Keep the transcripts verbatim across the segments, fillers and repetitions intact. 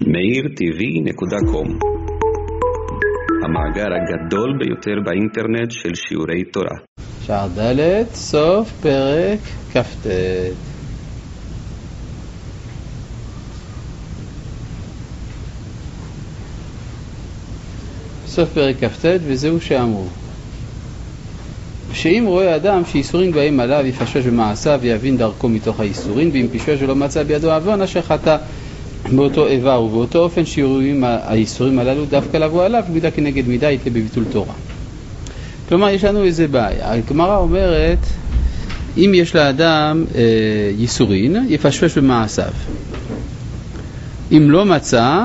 מאיר טבעי נקודה קום, המאגר הגדול ביותר באינטרנט של שיעורי תורה. שער ד' סוף פרק כ"ט. סוף פרק כ"ט, וזהו שאמרו שאם רואה אדם שאיסורים באים עליו יפשש במעשיו ויבין דרכו מתוך האיסורים, ואם פשש ולא מצא בידו עוון אשר חטא באותו איבר ובאותו אופן שירויים האיסורים הללו דווקא לבוא עליו מידה כנגד מידה יתלה בביטול תורה. כלומר יש לנו איזה בעיה. הגמרא אומרת אם יש לאדם אה, ייסורין יפשפש במעשיו, אם לא מצא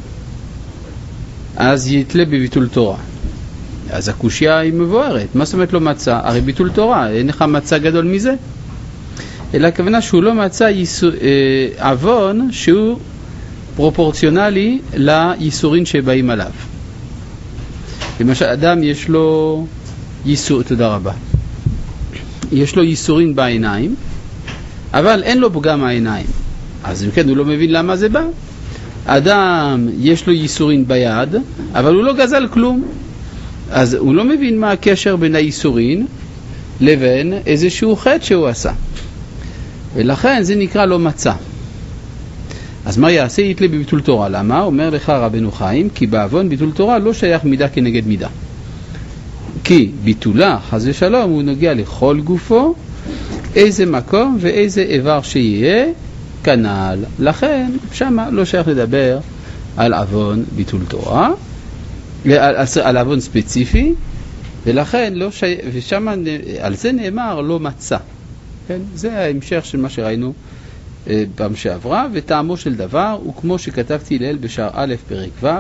אז יתלה בביטול תורה. אז הקושיה היא מבוארת. מה זאת אומרת לא מצא? הרי ביטול תורה, אין לך מצא גדול מזה. אלא הכוונה שהוא לא מצא ייסור, אה, עוון שהוא פרופורציונלי לייסורים שבאים עליו. למשל אדם יש לו ייסור, תודה רבה, יש לו ייסורים בעיניים אבל אין לו פגם העיניים, אז אם כן הוא לא מבין למה זה בא. אדם יש לו ייסורים ביד אבל הוא לא גזל כלום, אז הוא לא מבין מה הקשר בין הייסורים לבין איזשהו חטא שהוא עשה, ולכן זה נקרא לא מצא. אז מה יעשה? יתלה בביטול תורה. למה? אומר לך רבנו חיים, כי בעוון ביטול תורה לא שייך מידה כנגד מידה, כי ביטולה חס ושלום הוא נוגע לכל גופו, איזה מקום ואיזה איבר שיהיה כנ"ל. לכן שמה לא שייך לדבר על עוון ביטול תורה, על, על עוון ספציפי, ולכן לא שייך, ושמה על זה נאמר לא מצא. כן? זה ההמשך של מה שראינו אה, פעם שעברה. וטעמו של דבר הוא כמו שכתבתי לאל בשער א' פרק ו',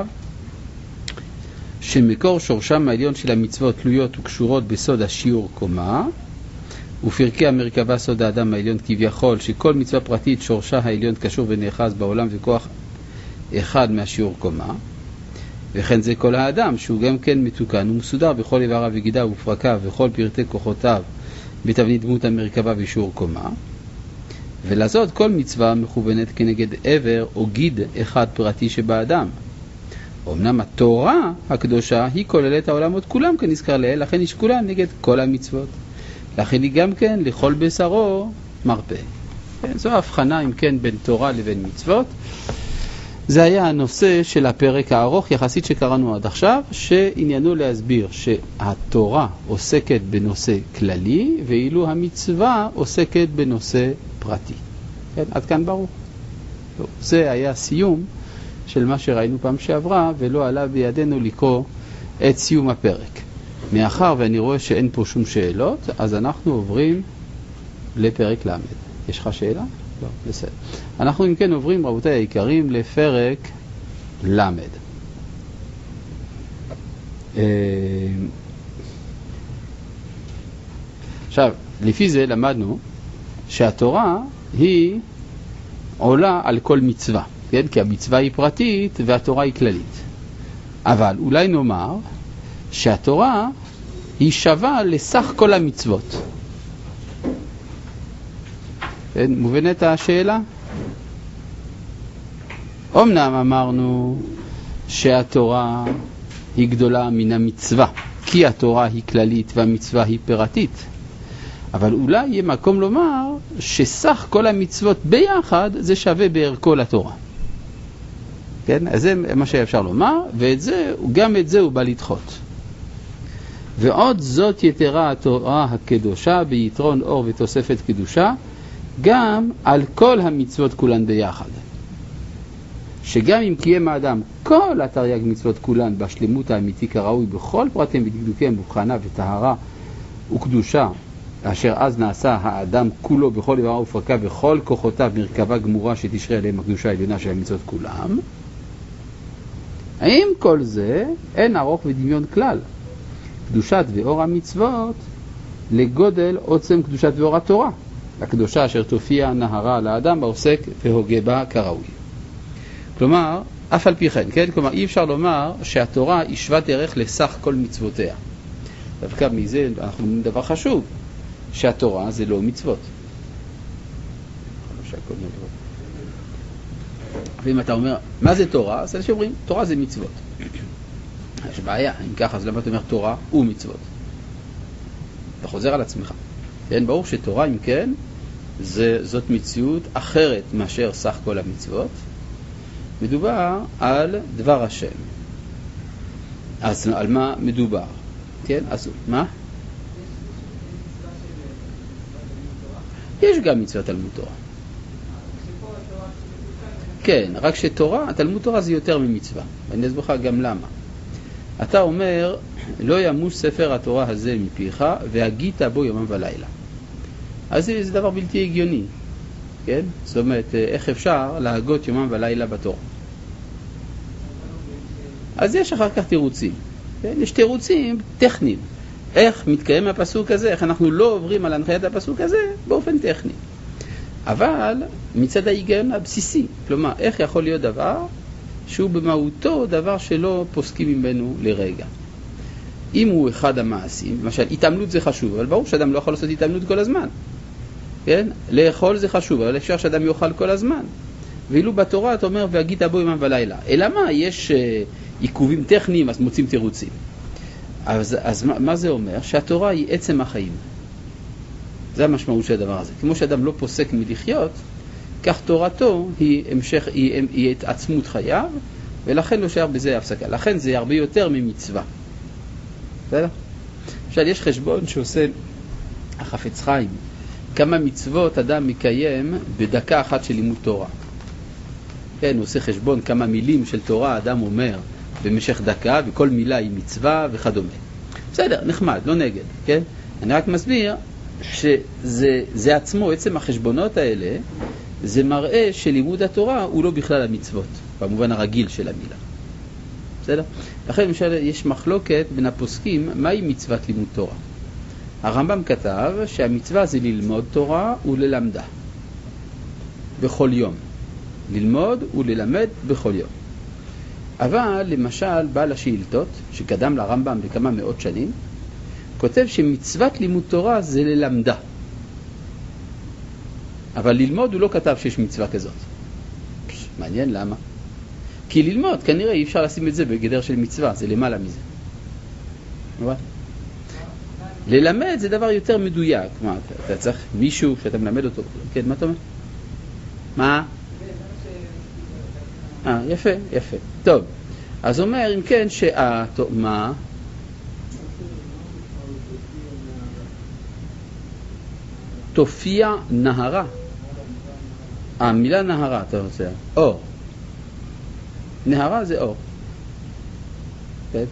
שמקור שורשם העליון של המצוות תלויות וקשורות בסוד השיעור קומה, ופרקי המרכבה סוד האדם העליון כביכול שכל מצווה פרטית שורשה העליון קשור ונאחז בעולם וכוח אחד מהשיעור קומה, וכן זה כל האדם שהוא גם כן מתוקן ומסודר בכל איבריו וגידיו ופרקיו וכל פרטי כוחותיו בתבנית דמות המרכבה ושיעור קומה. ולזאת כל מצווה מכוונת כנגד עבר או גיד אחד פרטי שבאדם. אמנם התורה הקדושה היא כוללת העולמות כולם כנזכר לאל, לכן היא שקולה נגד כל המצוות, לכן היא גם כן לכל בשרו מרפא. כן, זו ההבחנה אם כן בין תורה לבין מצוות. זה היה הנושא של הפרק הארוך יחסית שקראנו עד עכשיו, שעניינו להסביר שהתורה עוסקת בנושא כללי ואילו המצווה עוסקת בנושא פרטי. כן, עד כאן ברור. זה היה סיום של מה שראינו פעם שעברה, ולא עלה בידינו לקרוא את סיום הפרק. מאחר ואני רואה שאין פה שום שאלות, אז אנחנו עוברים לפרק למד. יש לך שאלה? לא, בסדר. אנחנו אם כן עוברים, רבותיי היקרים, לפרק למד. עכשיו, לפי זה למדנו שהתורה היא עולה על כל מצווה, כן? כי המצווה היא פרטית והתורה היא כללית. אבל אולי נאמר שהתורה היא שווה לסך כל המצוות. כן? מובנת השאלה? אמנם אמרנו שהתורה היא גדולה מן המצווה, כי התורה היא כללית והמצווה היא פרטית. אבל אולי יהיה מקום לומר שסך כל המצוות ביחד זה שווה בערכו לתורה. כן? אז זה מה שאפשר לומר, ואת זה, גם את זה הוא בא לדחות. ועוד זאת יתרה התורה הקדושה ביתרון אור ותוספת קדושה, גם על כל המצוות כולן ביחד. שגם אם קיים האדם כל התרי"ג מצוות כולן בשלמות האמיתי כראוי בכל פרטים ודקדוקיהם ובחנה וטהרה וקדושה, אשר אז נעשה האדם כולו בכל איבריו ופרקיו וכל כוחותיו מרכבה גמורה שתשרה עליהם הקדושה העליונה של המצוות כולם, האם כל זה אין ארוך ודמיון כלל קדושת ואור המצוות לגודל עוצם קדושת ואור התורה הקדושה אשר תופיע נהרה על האדם העוסק והוגה בה כראוי. כלומר, אף על פי כן, כן? כלומר, אי אפשר לומר שהתורה היא שוות ערך לסך כל מצוותיה. דווקא מזה אנחנו אומרים דבר חשוב, שהתורה זה לא מצוות. ואם אתה אומר, מה זה תורה? אז אנשים אומרים, תורה זה מצוות. יש בעיה, אם ככה, אז למה אתה אומר תורה ומצוות? אתה חוזר על עצמך. כן, ברור שתורה, אם כן, זה, זאת מציאות אחרת מאשר סך כל המצוות. מדובר על דבר השם. אז על מה מדובר? כן, אז מה? יש גם מצוות תלמוד תורה. כן, רק שתורה, תלמוד תורה זה יותר ממצווה. ואני אסביר לך גם למה. אתה אומר, לא ימוש ספר התורה הזה מפיך, והגית בו יומם ולילה. אז זה, זה דבר בלתי הגיוני. כן? זאת אומרת, איך אפשר להגות יומם ולילה בתורה? אז יש אחר כך תירוצים. כן? יש תירוצים טכניים. איך מתקיים הפסוק הזה, איך אנחנו לא עוברים על הנחיית הפסוק הזה באופן טכני. אבל מצד ההיגיון הבסיסי, כלומר, איך יכול להיות דבר שהוא במהותו דבר שלא פוסקים ממנו לרגע. אם הוא אחד המעשים, למשל, התעמלות זה חשוב, אבל ברור שאדם לא יכול לעשות התעמלות כל הזמן. כן? לאכול זה חשוב, אבל אפשר שאדם יאכל כל הזמן. ואילו בתורה אתה אומר, והגית בו יומם ולילה. אלא מה? יש uh, עיכובים טכניים, אז מוצאים תירוצים. אז, אז מה, מה זה אומר? שהתורה היא עצם החיים. זה המשמעות של הדבר הזה. כמו שאדם לא פוסק מלחיות, כך תורתו היא המשך, היא, היא, היא התעצמות חייו, ולכן לא שייך בזה הפסקה. לכן זה הרבה יותר ממצווה. בסדר? עכשיו, יש חשבון שעושה החפץ חיים. כמה מצוות אדם מקיים בדקה אחת של לימוד תורה. כן, הוא עושה חשבון כמה מילים של תורה אדם אומר במשך דקה, וכל מילה היא מצווה וכדומה. בסדר, נחמד, לא נגד, כן? אני רק מסביר שזה זה עצמו, עצם החשבונות האלה, זה מראה שלימוד התורה הוא לא בכלל המצוות, במובן הרגיל של המילה. בסדר? לכן למשל יש מחלוקת בין הפוסקים, מהי מצוות לימוד תורה? הרמב"ם כתב שהמצווה זה ללמוד תורה וללמדה בכל יום. ללמוד וללמד בכל יום. אבל למשל בעל השאילתות, שקדם לרמב"ם בכמה מאות שנים, כותב שמצוות לימוד תורה זה ללמדה. אבל ללמוד הוא לא כתב שיש מצווה כזאת. מעניין למה? כי ללמוד כנראה אי אפשר לשים את זה בגדר של מצווה, זה למעלה מזה. נכון? ללמד זה דבר יותר מדויק. מה, אתה צריך מישהו שאתה מלמד אותו. כן, מה אתה אומר? מה? אה, יפה, יפה. טוב. אז אומר, אם כן, שה... טוב, מה? תופיע נהרה. המילה נהרה, אתה רוצה? אור. נהרה זה אור. כן?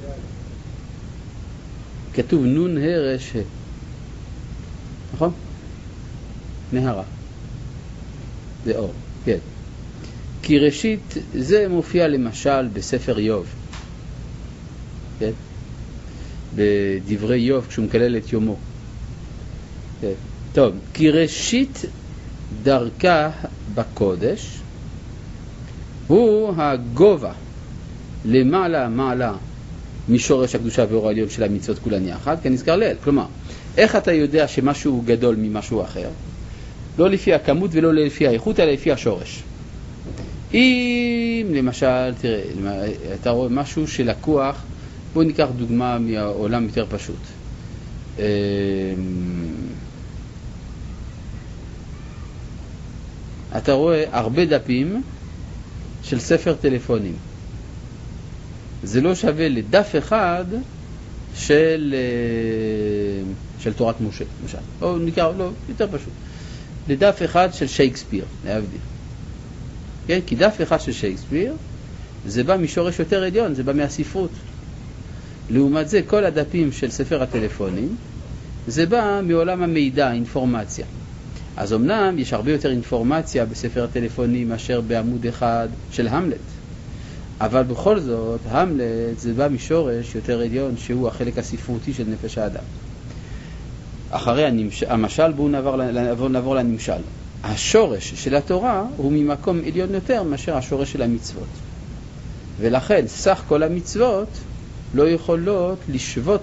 כתוב נון הרש. נכון? נהרה. זה אור, כן. כי ראשית זה מופיע למשל בספר איוב. כן? בדברי איוב כשהוא מקלל את יומו. כן. טוב, כי ראשית דרכה בקודש הוא הגובה למעלה מעלה משורש הקדושה ואור העליון של המצוות כולן יחד, כנזכר לאל. כלומר, איך אתה יודע שמשהו גדול ממשהו אחר? לא לפי הכמות ולא לפי האיכות, אלא לפי השורש. אם למשל, תראה, אתה רואה משהו שלקוח, בוא ניקח דוגמה מהעולם יותר פשוט. אתה רואה הרבה דפים של ספר טלפונים. זה לא שווה לדף אחד של, של תורת משה, למשל. או נקרא, לא, יותר פשוט. לדף אחד של שייקספיר, להבדיל. כן? כי דף אחד של שייקספיר, זה בא משורש יותר עליון, זה בא מהספרות. לעומת זה, כל הדפים של ספר הטלפונים, זה בא מעולם המידע, אינפורמציה. אז אמנם יש הרבה יותר אינפורמציה בספר הטלפונים מאשר בעמוד אחד של המלט. אבל בכל זאת, המלט זה בא משורש יותר עליון שהוא החלק הספרותי של נפש האדם. אחרי הנמש... המשל, בואו נעבור, נעבור, נעבור לנמשל. השורש של התורה הוא ממקום עליון יותר מאשר השורש של המצוות. ולכן סך כל המצוות לא יכולות לשבות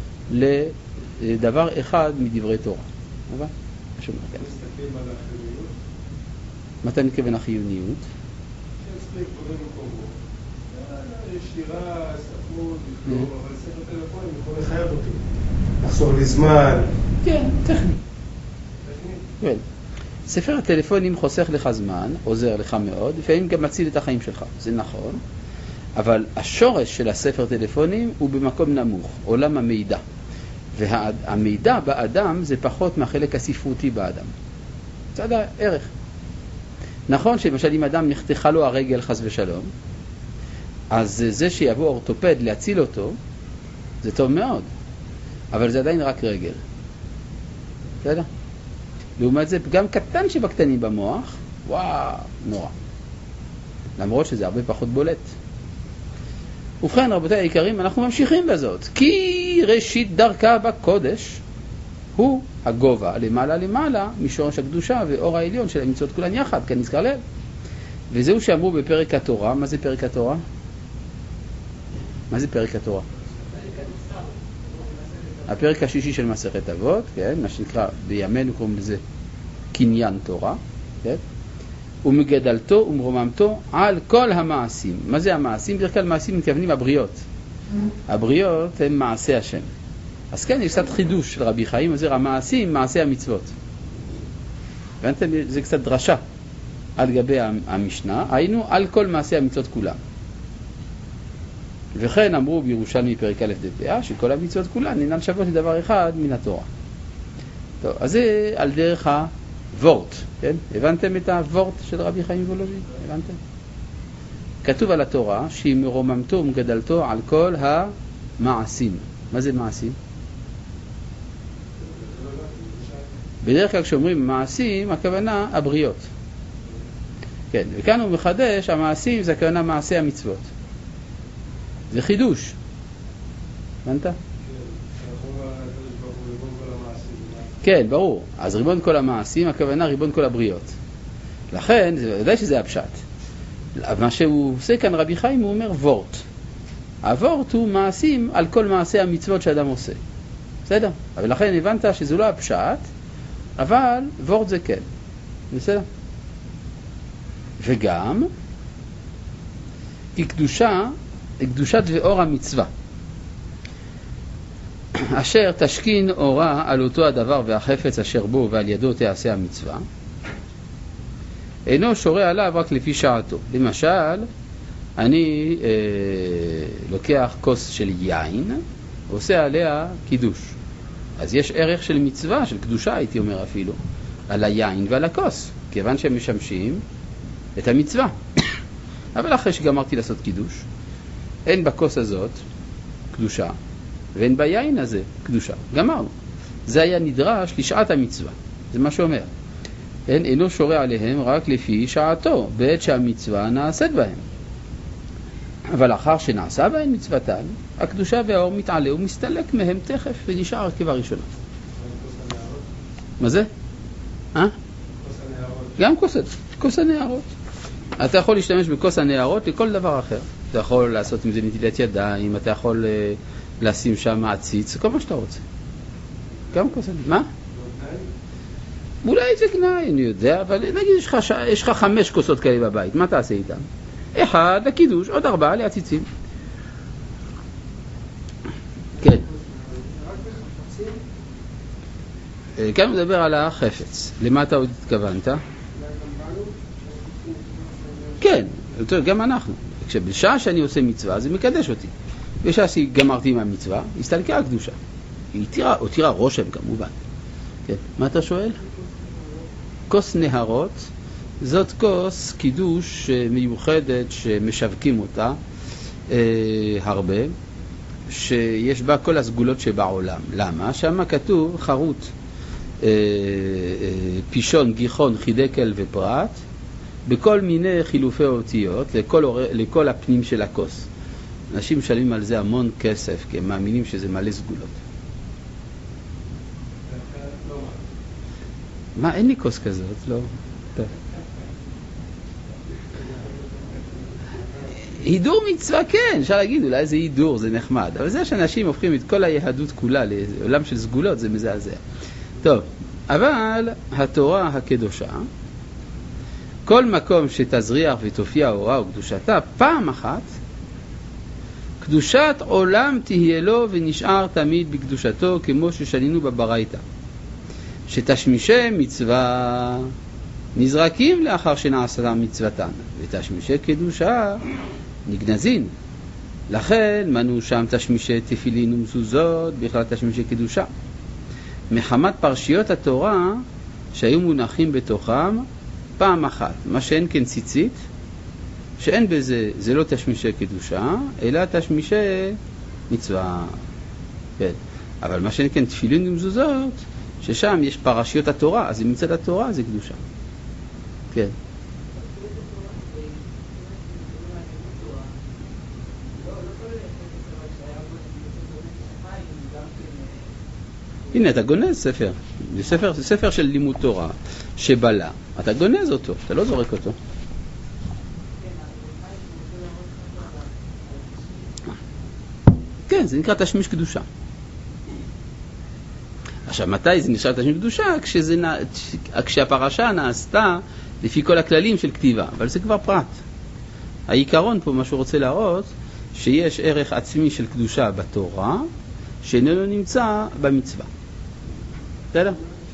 לדבר אחד מדברי תורה. אבל? מה אתה מתכוון החיוניות? כבודו במקומו. יש שירה, ספרות, אבל ספר טלפונים יכול לחייב אותי. לחסור לי זמן. כן, טכני. כן. ספר הטלפונים חוסך לך זמן, עוזר לך מאוד, לפעמים גם מציל את החיים שלך, זה נכון, אבל השורש של הספר טלפונים הוא במקום נמוך, עולם המידע. והמידע באדם זה פחות מהחלק הספרותי באדם. זה עד הערך. נכון שלמשל אם אדם נחתכה לו הרגל חס ושלום, אז זה שיבוא אורתופד להציל אותו, זה טוב מאוד, אבל זה עדיין רק רגל. בסדר? לעומת זה פגם קטן שבקטנים במוח, וואו, נורא. למרות שזה הרבה פחות בולט. ובכן, רבותיי היקרים, אנחנו ממשיכים בזאת. כי ראשית דרכה בקודש הוא הגובה למעלה למעלה משורש הקדושה ואור העליון של המצוות כולן יחד, כאן נזכר לב. וזהו שאמרו בפרק התורה. מה זה פרק התורה? מה זה פרק התורה? הפרק השישי של מסכת אבות, כן, מה שנקרא בימינו קוראים לזה קניין תורה, כן? ומגדלתו ומרוממתו על כל המעשים. מה זה המעשים? בדרך כלל מעשים מתכוונים הבריות. הבריות הם מעשי השם. אז כן, יש קצת חידוש של רבי חיים, זה המעשים, מעשי המצוות. הבנתם? זה קצת דרשה על גבי המשנה, היינו על כל מעשי המצוות כולם. וכן אמרו בירושלמי פרק א' דפאה שכל המצוות כולן אינן שוות לדבר אחד מן התורה. טוב, אז זה על דרך הוורט, כן? הבנתם את הוורט של רבי חיים וולוז'ין? הבנתם? כתוב על התורה שהיא מרוממתו ומגדלתו על כל המעשים. מה זה מעשים? בדרך כלל כשאומרים מעשים, הכוונה הבריות. כן, וכאן הוא מחדש, המעשים זה הכוונה מעשי המצוות. זה חידוש. הבנת? כן, ברור. אז ריבון כל המעשים, הכוונה ריבון כל הבריות. לכן, זה ודאי שזה הפשט. מה שהוא עושה כאן רבי חיים, הוא אומר וורט. הוורט הוא מעשים על כל מעשי המצוות שאדם עושה. בסדר? אבל לכן הבנת שזה לא הפשט, אבל וורט זה כן. בסדר? וגם, כי קדושה, קדושת ואור המצווה, אשר תשכין אורה על אותו הדבר והחפץ אשר בו ועל ידו תעשה המצווה, אינו שורה עליו רק לפי שעתו. למשל, אני אה, לוקח כוס של יין, עושה עליה קידוש. אז יש ערך של מצווה, של קדושה הייתי אומר אפילו, על היין ועל הכוס, כיוון שהם משמשים את המצווה. אבל אחרי שגמרתי לעשות קידוש, אין בכוס הזאת קדושה, ואין ביין הזה קדושה. גמרנו. זה היה נדרש לשעת המצווה. זה מה שאומר. אין, אינו שורה עליהם רק לפי שעתו, בעת שהמצווה נעשית בהם. אבל אחר שנעשה בהם מצוותן, הקדושה והאור מתעלה ומסתלק מהם תכף ונשאר הרכבה ראשונה. מה זה? אה? גם כוס, כוס הנערות. אתה יכול להשתמש בכוס הנערות לכל דבר אחר. אתה יכול לעשות עם זה נטילת ידיים, אתה יכול uh, לשים שם עציץ, כל מה שאתה רוצה. גם כוס הנערות. מה? אולי זה גנאי, אני יודע, אבל נגיד יש לך, יש לך חמש כוסות כאלה בבית, מה תעשה איתן? אחד לקידוש, עוד ארבעה לעציצים. כן. כאן הוא מדבר על החפץ. למה אתה עוד התכוונת? כן, גם אנחנו. בשעה שאני עושה מצווה, זה מקדש אותי. בשעה שגמרתי עם המצווה, הסתלקה הקדושה. היא תירה, או תירה רושם כמובן. כן. מה אתה שואל? כוס נהרות, זאת כוס קידוש מיוחדת שמשווקים אותה אה, הרבה, שיש בה כל הסגולות שבעולם. למה? שמה כתוב חרוט, אה, אה, פישון, גיחון, חידקל ופרט, בכל מיני חילופי אותיות לכל, לכל הפנים של הכוס. אנשים משלמים על זה המון כסף, כי הם מאמינים שזה מלא סגולות. מה? אין לי כוס כזאת, לא. טוב. הידור מצווה, כן, אפשר להגיד, אולי זה הידור, זה נחמד. אבל זה שאנשים הופכים את כל היהדות כולה לעולם של סגולות, זה מזעזע. טוב, אבל התורה הקדושה, כל מקום שתזריח ותופיע אורה וקדושתה פעם אחת, קדושת עולם תהיה לו ונשאר תמיד בקדושתו, כמו ששנינו בברייתא, שתשמישי מצווה נזרקים לאחר שנעשתה מצוותן, ותשמישי קדושה נגנזין. לכן מנו שם תשמישי תפילין ומזוזות, בכלל תשמישי קדושה, מחמת פרשיות התורה שהיו מונחים בתוכם פעם אחת. מה שאין כן ציצית, שאין בזה, זה לא תשמישי קדושה, אלא תשמישי מצווה. כן. אבל מה שאין כן תפילין ומזוזות, ששם יש פרשיות התורה, אז אם מצד התורה זה קדושה. כן. הנה, אתה גונז ספר. זה ספר, זה ספר של לימוד תורה שבלה. אתה גונז אותו, אתה לא זורק אותו. כן, זה נקרא תשמיש קדושה. עכשיו, מתי זה נשאר תשמיש קדושה? כשזה, כשהפרשה נעשתה לפי כל הכללים של כתיבה, אבל זה כבר פרט. העיקרון פה, מה שהוא רוצה להראות, שיש ערך עצמי של קדושה בתורה, שאיננו נמצא במצווה. בסדר?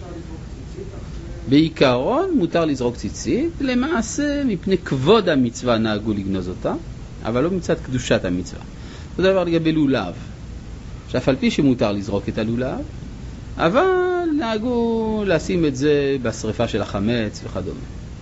בעיקרון מותר לזרוק ציצית, למעשה מפני כבוד המצווה נהגו לגנוז אותה, אבל לא מצד קדושת המצווה. זה דבר לגבי לולב, שאף על פי שמותר לזרוק את הלולב, אבל נהגו לשים את זה בשריפה של החמץ וכדומה.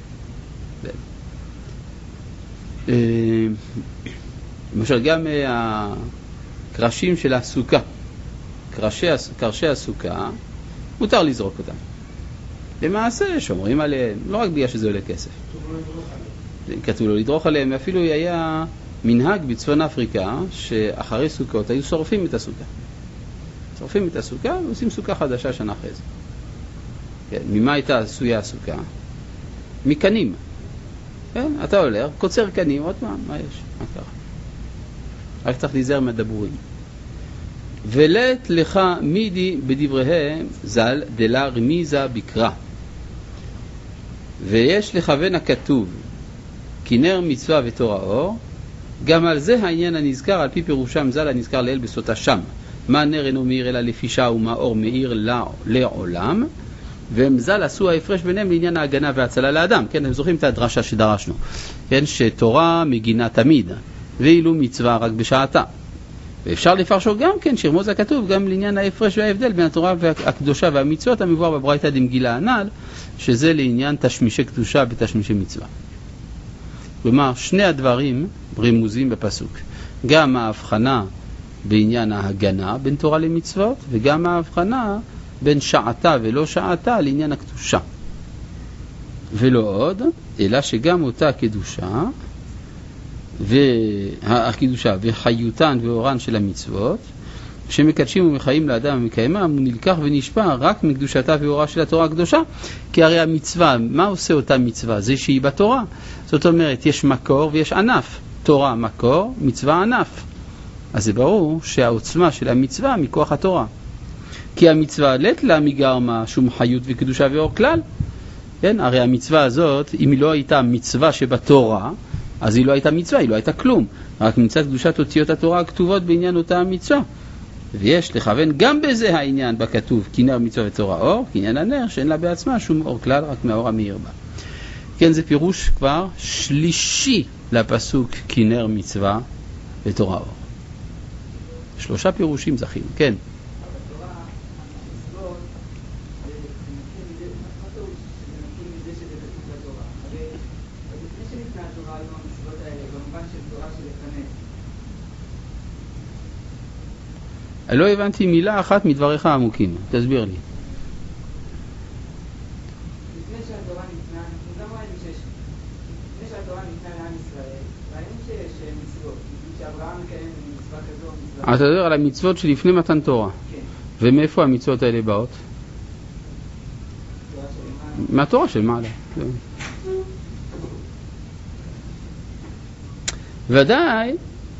למשל גם הקרשים של הסוכה, קרשי, קרשי הסוכה, מותר לזרוק אותם. למעשה שומרים עליהם, לא רק בגלל שזה עולה כסף. כתוב לו לדרוך עליהם, אפילו היה מנהג בצפון אפריקה, שאחרי סוכות היו שורפים את הסוכה. שורפים את הסוכה ועושים סוכה חדשה שנה אחרי זה. כן, ממה הייתה עשויה הסוכה? מקנים. כן, אתה הולך, קוצר קנים, עוד מה, מה יש? מה ככה? רק צריך להיזהר מהדבורים. ולת לך מידי בדבריהם ז"ל דלה רמיזה בקרא. ויש לכוון הכתוב כנר מצווה ותורה אור, גם על זה העניין הנזכר על פי פירושם ז"ל הנזכר לאל בסוטה שם. מה נר אינו מאיר אלא לפישה ומה אור מאיר לעולם, והם ז"ל עשו ההפרש ביניהם לעניין ההגנה וההצלה לאדם. כן, הם זוכרים את הדרשה שדרשנו, כן, שתורה מגינה תמיד ואילו מצווה רק בשעתה. ואפשר לפרשו גם כן שרמוז הכתוב גם לעניין ההפרש וההבדל בין התורה הקדושה והמצוות המבואר בברייתא דמגילה הנ"ל, שזה לעניין תשמישי קדושה בתשמישי מצווה. כלומר, שני הדברים רמוזים בפסוק, גם ההבחנה בעניין ההגנה בין תורה למצוות, וגם ההבחנה בין שעתה ולא שעתה לעניין הקדושה. ולא עוד, אלא שגם אותה קדושה והקדושה וחיותן ואורן של המצוות שמקדשים ומחיים לאדם ומקיימם, הוא נלקח ונשפע רק מקדושתה ואורה של התורה הקדושה. כי הרי המצווה, מה עושה אותה מצווה? זה שהיא בתורה. זאת אומרת, יש מקור ויש ענף. תורה מקור, מצווה ענף. אז זה ברור שהעוצמה של המצווה מכוח התורה. כי המצווה לית לה מגרמה שום חיות וקדושה ואור כלל. כן? הרי המצווה הזאת, אם היא לא הייתה מצווה שבתורה, אז היא לא הייתה מצווה, היא לא הייתה כלום. רק מצד קדושת אותיות התורה הכתובות בעניין אותה המצווה. ויש לכוון גם בזה העניין בכתוב, כנר מצווה ותורה אור, כעניין הנר שאין לה בעצמה שום אור כלל, רק מהאור המאיר בה. כן, זה פירוש כבר שלישי לפסוק כנר מצווה ותורה אור. שלושה פירושים זכינו, כן. לא הבנתי מילה אחת מדבריך העמוקים, תסביר לי. לפני שהתורה ניתנה, אנחנו גם ראינו שיש, לפני שהתורה ניתנה לעם ישראל, ראינו שיש מצוות, שאברהם מקיים מצווה כזו, מצווה... אתה מדבר על המצוות שלפני מתן תורה. כן. ומאיפה המצוות האלה באות? תורה של מעלה. מהתורה של מעלה. ודאי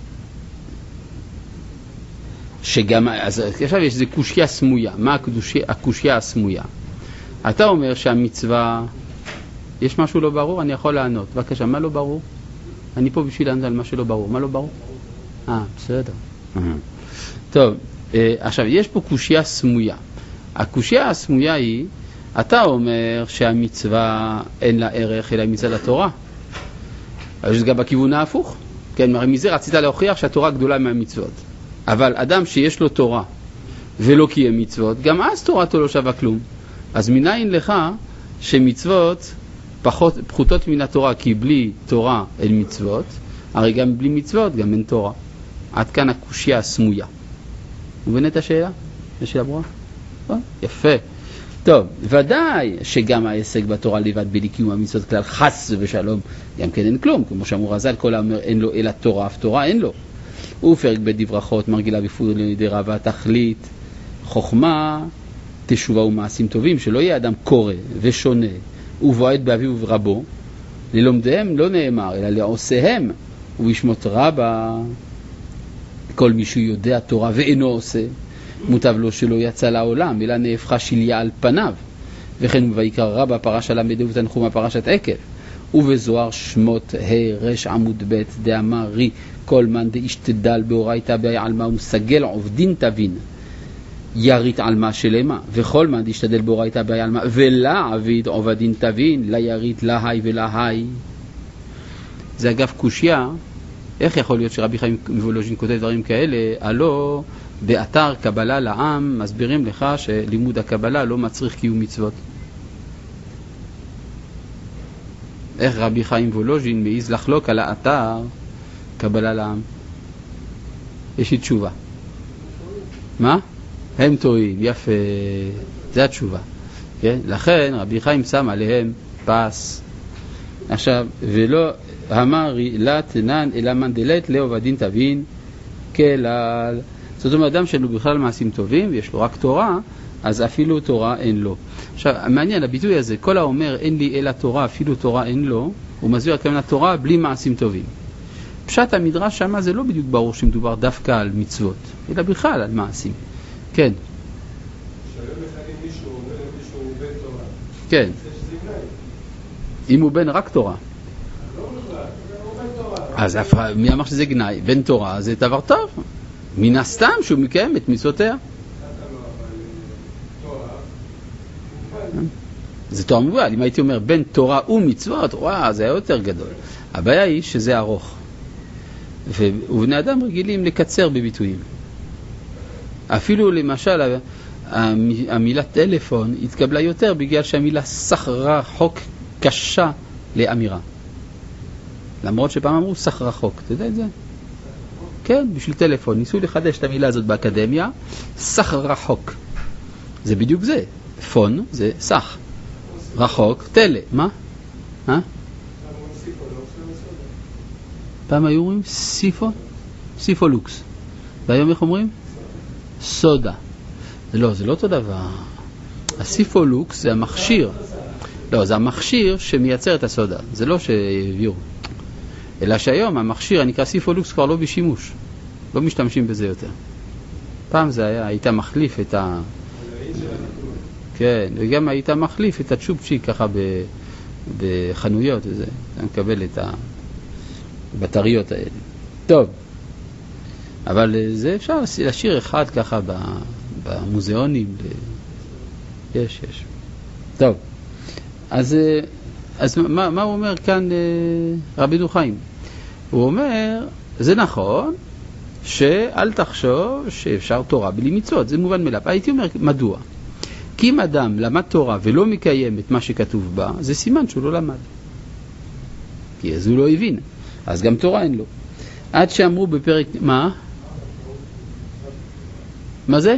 שגם, אז עכשיו יש איזה קושיה סמויה. מה הקושיה, הקושיה הסמויה? אתה אומר שהמצווה, יש משהו לא ברור? אני יכול לענות. בבקשה, מה לא ברור? אני פה בשביל לענות על מה שלא ברור. מה לא ברור? אה, בסדר. טוב, עכשיו, יש פה קושיה סמויה. הקושיה הסמויה היא, אתה אומר שהמצווה אין לה ערך אלא מצד התורה. אבל זה גם בכיוון ההפוך. כן, הרי מזה רצית להוכיח שהתורה גדולה מהמצוות. אבל אדם שיש לו תורה ולא קיים מצוות, גם אז תורתו לא שווה כלום. אז מניין לך שמצוות פחות, פחותות מן התורה, כי בלי תורה אין מצוות, הרי גם בלי מצוות גם אין תורה. עד כאן הקושיה הסמויה. מבין את השאלה? השאלה ברורה? או, יפה. טוב, ודאי שגם ההישג בתורה לבד בלי קיום המצוות כלל חס ושלום, גם כן אין כלום, כמו שאמור רז"ל, כל האומר אין לו אלא תורה, אף תורה אין לו. ופרק בדברכות מרגילה בפור לידי רבה תכלית חוכמה תשובה ומעשים טובים, שלא יהיה אדם קורא ושונה ובועט באביו וברבו, ללומדיהם לא נאמר אלא לעושיהם, ובשמות רבה כל מישהו יודע תורה ואינו עושה מוטב לו שלא יצא לעולם אלא נהפכה שליה על פניו. וכן ויקרא רבה פרשה למדו ותנחומה פרשת עקב, ובזוהר שמות ה' רש עמוד ב' דאמרי כל מן דאיש תדל באורייתא בעלמא ומסגל עובדין תבין ירית עלמא שלמה, וכל מן דאישתדל באורייתא בעלמא ולה עביד עובדין תבין לה ירית להי ולהי. זה אגב קושיה. איך יכול להיות שרבי חיים מוולוז'ין כותב דברים כאלה? הלא באתר קבלה לעם מסבירים לך שלימוד הקבלה לא מצריך קיום מצוות. איך רבי חיים וולוז'ין מעיז לחלוק על האתר קבלה לעם? יש לי תשובה. מה? הם טועים, יפה. זה התשובה. כן? לכן רבי חיים שם עליהם פס. עכשיו, ולא אמר לה תנן אלא מנדלת לעובדין תבין כלל. זאת אומרת, אדם שלו בכלל מעשים טובים ויש לו רק תורה, אז אפילו תורה אין לו. עכשיו, מעניין, הביטוי הזה, כל האומר אין לי אלא תורה, אפילו תורה אין לו, הוא מסביר כמובן התורה בלי מעשים טובים. פשט המדרש שמה זה לא בדיוק ברור שמדובר דווקא על מצוות, אלא בכלל על מעשים. כן. שהיום מכנים מישהו, אומר מישהו הוא בן תורה. כן. אם הוא בן רק תורה. לא בכלל, הוא בן תורה. אז מי אמר שזה גנאי? בן תורה זה דבר טוב. מן הסתם שהוא מקיים את מצוותיה. זה תורה מובן. אם הייתי אומר בן תורה ומצוות, וואו, זה היה יותר גדול. הבעיה היא שזה ארוך. ובני אדם רגילים לקצר בביטויים. אפילו למשל המילה טלפון התקבלה יותר בגלל שהמילה סך רחוק קשה לאמירה. למרות שפעם אמרו סך רחוק, אתה יודע את זה? כן, בשביל טלפון. ניסו לחדש את המילה הזאת באקדמיה, סך רחוק. זה בדיוק זה. פון זה סך. רחוק, טלה. מה? מה? פעם היו אומרים סיפו? סיפולוקס. והיום איך אומרים? סודה. לא, זה לא אותו דבר. הסיפולוקס זה המכשיר. לא, זה המכשיר שמייצר את הסודה. זה לא שהביאו. אלא שהיום המכשיר הנקרא סיפולוקס כבר לא בשימוש. לא משתמשים בזה יותר. פעם זה היה, היית מחליף את ה... כן, וגם היית מחליף את הצ'ופצ'יק ככה בחנויות וזה. אתה מקבל את הבטריות האלה. טוב. אבל זה אפשר להשאיר אחד ככה במוזיאונים. יש, יש. טוב. אז, אז מה, מה הוא אומר כאן רבי דו-חיים? הוא אומר, זה נכון שאל תחשוב שאפשר תורה בלי מצוות, זה מובן מאליו. הייתי אומר, מדוע? כי אם אדם למד תורה ולא מקיים את מה שכתוב בה, זה סימן שהוא לא למד. כי אז הוא לא הבין. אז גם תורה אין לו. עד שאמרו בפרק... מה? מה זה?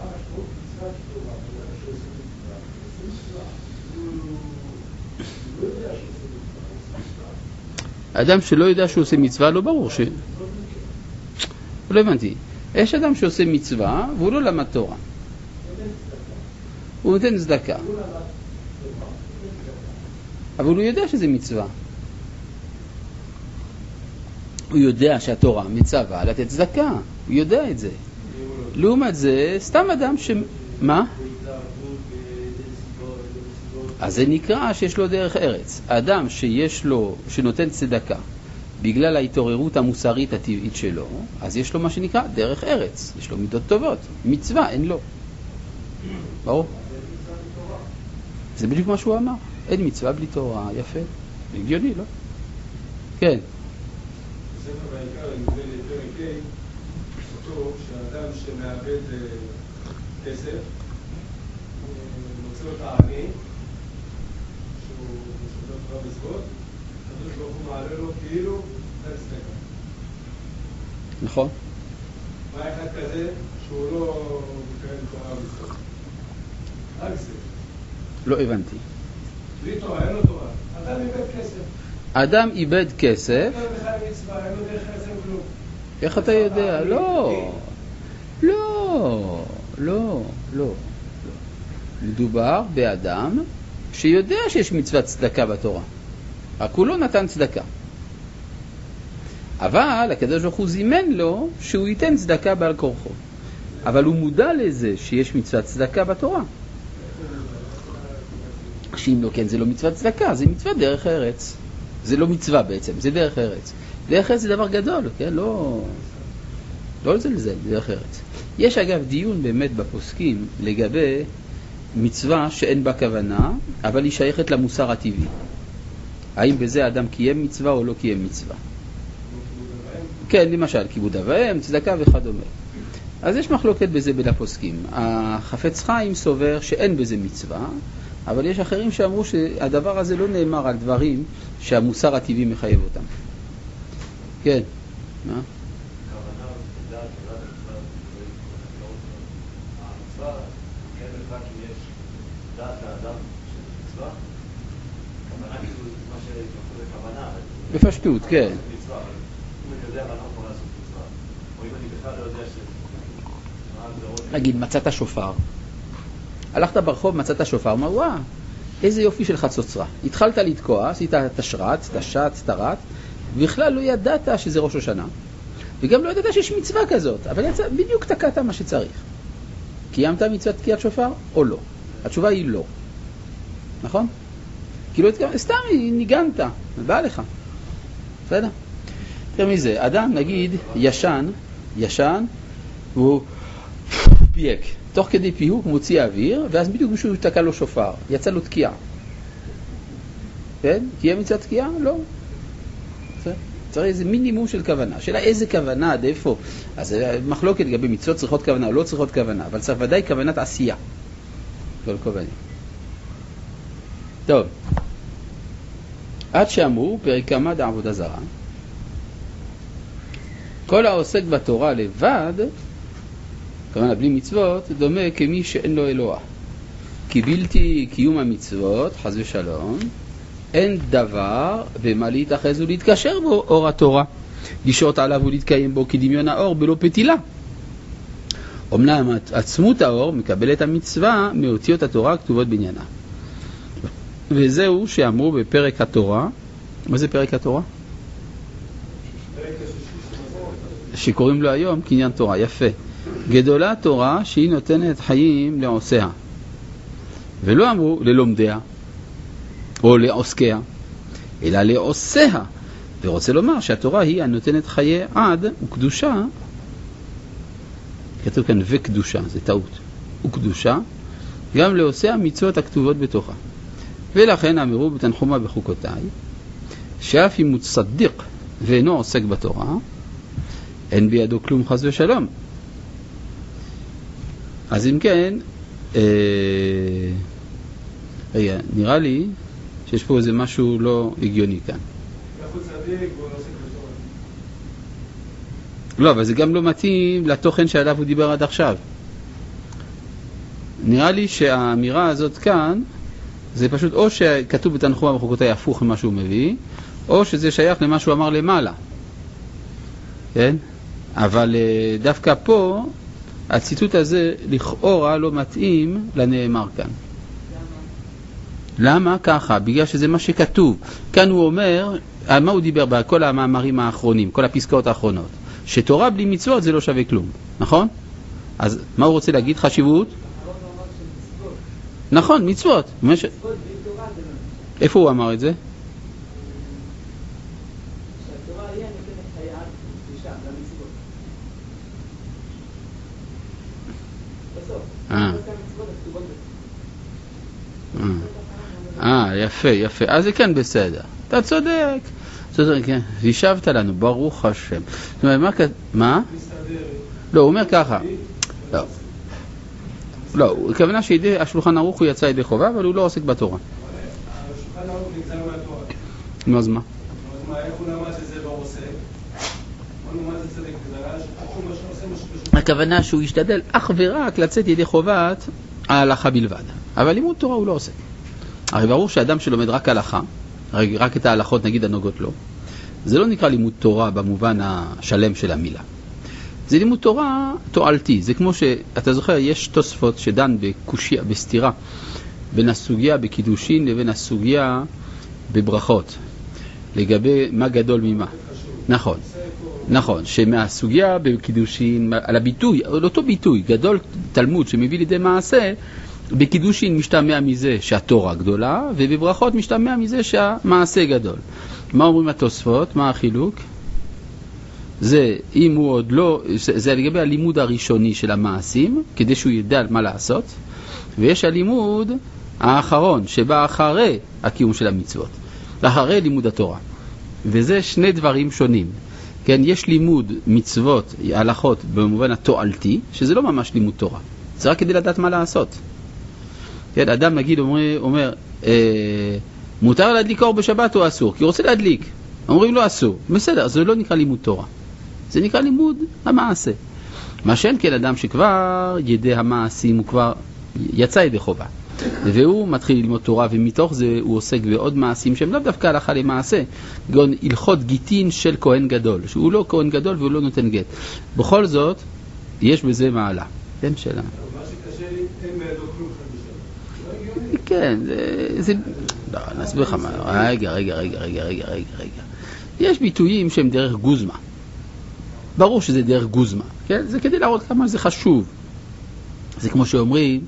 אדם שלא יודע שהוא עושה מצווה, לא ברור ש... לא הבנתי. יש אדם שעושה מצווה והוא לא למד תורה. הוא נותן צדקה. אבל הוא יודע שזה מצווה. הוא יודע שהתורה מצווה לתת צדקה. הוא יודע את זה. לעומת זה, סתם אדם ש... מה? אז זה נקרא שיש לו דרך ארץ. האדם שיש לו, שנותן צדקה, בגלל ההתעוררות המוסרית הטבעית שלו, אז יש לו מה שנקרא דרך ארץ. יש לו מידות טובות. מצווה, אין לו. ברור? זה בדיוק מה שהוא אמר. אין מצווה בלי תורה. יפה. הגיוני, לא? כן. בספר בעיקר, אני מבין לפרק ה', כתוב שהאדם שמאבד כסף, מוצא אותה עני, שהוא משודות כבר בזבות, הקדוש ברוך הוא מעלה לו כאילו נתן צדקה. נכון. מה אחד כזה שהוא לא מקיים תורה בזבות? רק זה. לא הבנתי. בלי תורה, אין לו תורה. אדם איבד כסף. אדם איבד כסף. אין לו בכלל מצווה, אין לו דרך ארץ כלום. איך אתה יודע? לא. לא. לא. לא. מדובר באדם שיודע שיש מצוות צדקה בתורה. רק הוא לא נתן צדקה. אבל הקדוש ברוך הוא זימן לו שהוא ייתן צדקה בעל כורחו. אבל הוא מודע לזה שיש מצוות צדקה בתורה. שאם לא כן זה לא מצוות צדקה, זה מצווה דרך ארץ. זה לא מצווה בעצם, זה דרך ארץ. דרך ארץ זה דבר גדול, כן? לא, לא לזלזל, דרך ארץ. יש אגב דיון באמת בפוסקים לגבי מצווה שאין בה כוונה, אבל היא שייכת למוסר הטבעי. האם בזה האדם קיים מצווה או לא קיים מצווה? כן, למשל, כיבוד אב ואם, צדקה וכדומה. אז יש מחלוקת בזה בין הפוסקים. החפץ חיים סובר שאין בזה מצווה, אבל יש אחרים שאמרו שהדבר הזה לא נאמר על דברים שהמוסר הטבעי מחייב אותם. כן. מה? בפשטות, כן. נגיד, מצאת שופר. הלכת ברחוב, מצאת שופר, מה וואה, איזה יופי של חצוצרה. התחלת לתקוע, עשית תשרץ, תשץ, תרת, ובכלל לא ידעת שזה ראש השנה. וגם לא ידעת שיש מצווה כזאת, אבל יצא, בדיוק תקעת מה שצריך. קיימת מצוות תקיעת שופר או לא? התשובה היא לא. נכון? כאילו, סתם ניגנת, בא לך. בסדר? תראה מזה, אדם נגיד ישן, ישן, והוא פייק. תוך כדי פיוק מוציא אוויר, ואז בדיוק מישהו תקע לו שופר, יצא לו תקיעה. כן? קיים מצוות תקיעה? לא. צריך איזה מינימום של כוונה. שאלה איזה כוונה, עד איפה? אז מחלוקת לגבי מצוות צריכות כוונה או לא צריכות כוונה, אבל צריך ודאי כוונת עשייה. כל כוונה. טוב. עד שאמרו פרק כמה דעבודה זרה. כל העוסק בתורה לבד, כמובן בלי מצוות, דומה כמי שאין לו אלוה. כי בלתי קיום המצוות, חס ושלום, אין דבר במה להתאחז ולהתקשר בו אור התורה. לשעות עליו ולהתקיים בו כדמיון האור בלא פתילה. אמנם עצמות האור מקבל את המצווה מאותיות התורה הכתובות בעניינה. וזהו שאמרו בפרק התורה. מה זה פרק התורה? שקוראים לו היום קניין תורה. יפה. גדולה תורה שהיא נותנת חיים לעושיה. ולא אמרו ללומדיה או לעוסקיה, אלא לעושיה. ורוצה לומר שהתורה היא הנותנת חיי עד וקדושה. כתוב כאן וקדושה, זה טעות. וקדושה גם לעושיה מצוות הכתובות בתוכה. ולכן אמרו בתנחומה בחוקותיי, שאף אם הוא צדיק ואינו עוסק בתורה, אין בידו כלום חס ושלום. אז אם כן, אה, רגע, נראה לי שיש פה איזה משהו לא הגיוני כאן. לא, אבל זה גם לא מתאים לתוכן שעליו הוא דיבר עד עכשיו. נראה לי שהאמירה הזאת כאן, זה פשוט או שכתוב בתנחומה בחוקותיי הפוך ממה שהוא מביא, או שזה שייך למה שהוא אמר למעלה. כן? אבל דווקא פה, הציטוט הזה לכאורה לא מתאים לנאמר כאן. למה? ככה, בגלל שזה מה שכתוב. כאן הוא אומר, מה הוא דיבר בכל המאמרים האחרונים, כל הפסקאות האחרונות? שתורה בלי מצוות זה לא שווה כלום, נכון? אז מה הוא רוצה להגיד? חשיבות? נכון, מצוות. איפה הוא אמר את זה? שהתורה היא הנותנת חיה קדושה למצוות. בסוף. אה. בסוף המצוות הכתובות בסוף. אה, יפה, יפה. אז זה כן בסדר. אתה צודק. צודק, כן. וישבת לנו, ברוך השם. זאת אומרת, מה כ... מה? לא, הוא אומר ככה. לא. לא, הכוונה שידי השולחן ערוך הוא יצא ידי חובה, אבל הוא לא עוסק בתורה. השולחן ערוך נגזר מהתורה. נו, אז מה? אז מה, איך הוא למד שזה לא עושה? הוא למד את צדק גזרה, שפחו מה שעושה מה שפשוט. הכוונה שהוא ישתדל אך ורק לצאת ידי חובת ההלכה בלבד. אבל לימוד תורה הוא לא עוסק. הרי ברור שאדם שלומד רק הלכה, רק את ההלכות נגיד הנוגעות לו, זה לא נקרא לימוד תורה במובן השלם של המילה. זה לימוד תורה תועלתי. זה כמו שאתה זוכר, יש תוספות שדן בקושיה, בסתירה, בין הסוגיה בקידושין לבין הסוגיה בברכות, לגבי מה גדול ממה. נכון, נכון, שמהסוגיה בקידושין, על הביטוי, על אותו ביטוי, גדול תלמוד שמביא לידי מעשה, בקידושין משתמע מזה שהתורה גדולה, ובברכות משתמע מזה שהמעשה גדול. מה אומרים התוספות? מה החילוק? זה, אם הוא עוד לא, זה לגבי הלימוד הראשוני של המעשים, כדי שהוא ידע מה לעשות, ויש הלימוד האחרון, שבא אחרי הקיום של המצוות, אחרי לימוד התורה. וזה שני דברים שונים. כן, יש לימוד מצוות, הלכות, במובן התועלתי, שזה לא ממש לימוד תורה. זה רק כדי לדעת מה לעשות. כן, אדם נגיד אומר, אומר אה, מותר להדליק אור בשבת או אסור? כי הוא רוצה להדליק. אומרים לו אסור. בסדר, זה לא נקרא לימוד תורה. זה נקרא לימוד המעשה. מה שאין כן אדם שכבר ידי המעשים, הוא כבר יצא ידי חובה. והוא מתחיל ללמוד תורה, ומתוך זה הוא עוסק בעוד מעשים שהם לא דווקא הלכה למעשה. גון הלכות גיטין של כהן גדול, שהוא לא כהן גדול והוא לא נותן גט. בכל זאת, יש בזה מעלה. כן, שאלה. מה שקשה לי, אין בידו כלום חדשה. כן, זה... לא, נסביר לך מה. רגע, רגע, רגע, רגע, רגע, רגע, רגע. יש ביטויים שהם דרך גוזמה. ברור שזה דרך גוזמה. כן? זה כדי להראות כמה זה חשוב. זה כמו שאומרים,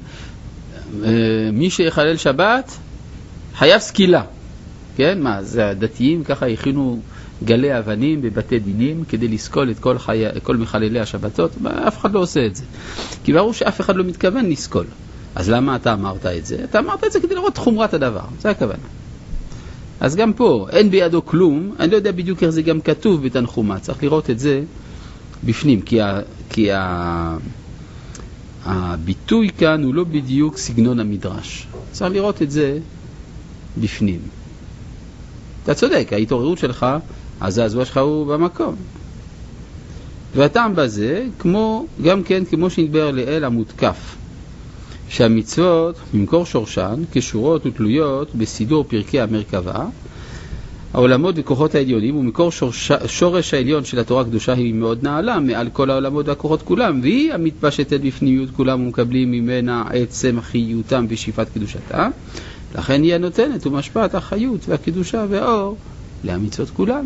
מי שיחלל שבת חייב סקילה. כן? מה, זה הדתיים ככה הכינו גלי אבנים בבתי דינים כדי לסקול את כל, חי... כל מחללי השבתות. אף אחד לא עושה את זה. כי ברור שאף אחד לא מתכוון לסקול. אז למה אתה אמרת את זה? אתה אמרת את זה כדי לראות חומרת הדבר. זה הכוונה. אז גם פה, אין בידו כלום. אני לא יודע בדיוק איך זה גם כתוב בתנחומה. צריך לראות את זה בפנים. כי, ה... כי ה... הביטוי כאן הוא לא בדיוק סגנון המדרש. צריך לראות את זה בפנים. אתה צודק, ההתעוררות שלך, הזעזוע שלך הוא במקום. והטעם בזה, כמו, גם כן, כמו שנדבר לאל המותקף, שהמצוות ממקור שורשן, כשורות ותלויות בסידור פרקי המרכבה, העולמות וכוחות העליונים, ומקור שורש, שורש העליון של התורה הקדושה היא מאוד נעלה, מעל כל העולמות והכוחות כולם, והיא המתפשטת בפנימיות כולם ומקבלים ממנה עצם חיותם ושאיפת קדושתה. לכן היא הנותנת ומשפעת החיות והקדושה והאור להמצוות כולם.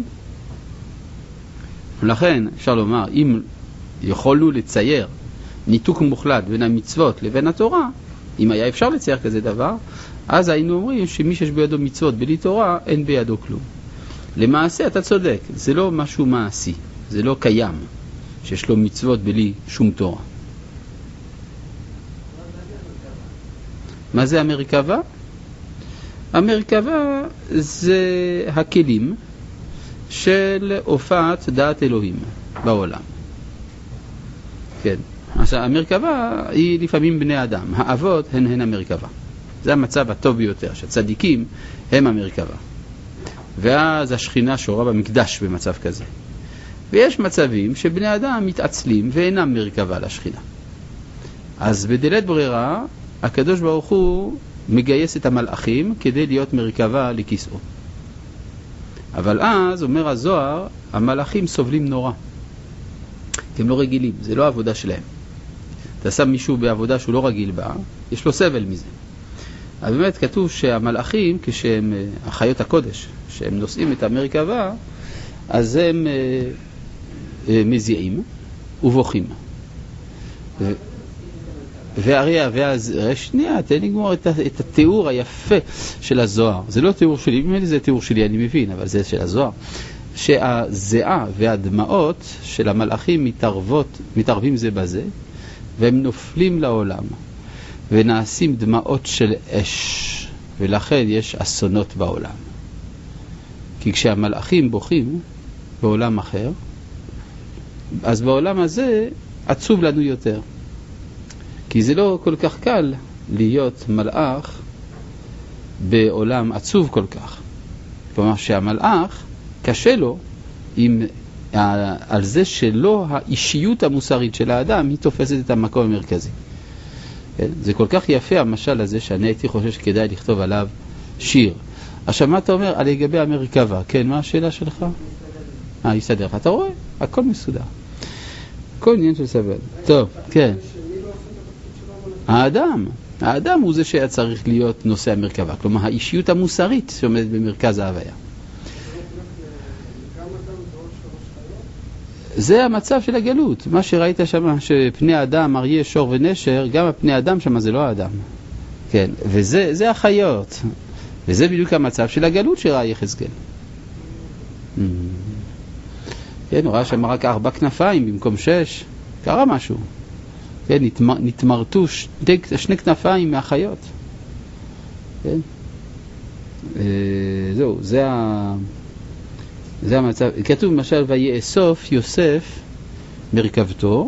לכן אפשר לומר, אם יכולנו לצייר ניתוק מוחלט בין המצוות לבין התורה, אם היה אפשר לצייר כזה דבר, אז היינו אומרים שמי שיש בידו מצוות בלי תורה, אין בידו כלום. למעשה אתה צודק, זה לא משהו מעשי, זה לא קיים שיש לו מצוות בלי שום תורה. מה זה המרכבה? המרכבה זה הכלים של הופעת דעת אלוהים בעולם. כן. אז המרכבה היא לפעמים בני אדם. האבות הן הן המרכבה. זה המצב הטוב ביותר, שהצדיקים הם המרכבה. ואז השכינה שורה במקדש במצב כזה. ויש מצבים שבני אדם מתעצלים ואינם מרכבה לשכינה. אז בדלת ברירה, הקדוש ברוך הוא מגייס את המלאכים כדי להיות מרכבה לכיסאו. אבל אז, אומר הזוהר, המלאכים סובלים נורא. כי הם לא רגילים, זה לא העבודה שלהם. אתה שם מישהו בעבודה שהוא לא רגיל בה, יש לו סבל מזה. אבל באמת כתוב שהמלאכים, כשהם החיות הקודש, שהם נושאים את המרכבה, אז הם אה, אה, מזיעים ובוכים. ו... והרי, והרי שנייה, תן לגמור את, את התיאור היפה של הזוהר. זה לא תיאור שלי, ממני זה תיאור שלי, אני מבין, אבל זה של הזוהר. שהזיעה והדמעות של המלאכים מתערבות, מתערבים זה בזה, והם נופלים לעולם, ונעשים דמעות של אש, ולכן יש אסונות בעולם. כי כשהמלאכים בוכים בעולם אחר, אז בעולם הזה עצוב לנו יותר. כי זה לא כל כך קל להיות מלאך בעולם עצוב כל כך. כלומר שהמלאך קשה לו עם, על זה שלא האישיות המוסרית של האדם היא תופסת את המקום המרכזי. זה כל כך יפה המשל הזה שאני הייתי חושב שכדאי לכתוב עליו שיר. עכשיו מה אתה אומר על לגבי המרכבה? כן, מה השאלה שלך? אה, יסתדר. אתה רואה? הכל מסודר. הכל עניין של סבל. טוב, כן. האדם. האדם הוא זה שהיה צריך להיות נושא המרכבה. כלומר, האישיות המוסרית שעומדת במרכז ההוויה. זה המצב של הגלות. מה שראית שם, שפני האדם, אריה, שור ונשר, גם הפני האדם שם זה לא האדם. כן, וזה זה החיות. וזה בדיוק המצב של הגלות שראה יחזקאל. כן, הוא ראה שם רק ארבע כנפיים במקום שש. קרה משהו. כן, נתמר, נתמרתו שני, שני כנפיים מהחיות. כן. אה, זהו, זה ה... זה המצב. כתוב למשל, ויאסוף יוסף מרכבתו,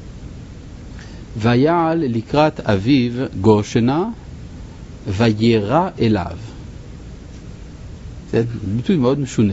ויעל לקראת אביו גושנה, וירא אליו. זה ביטוי מאוד משונה.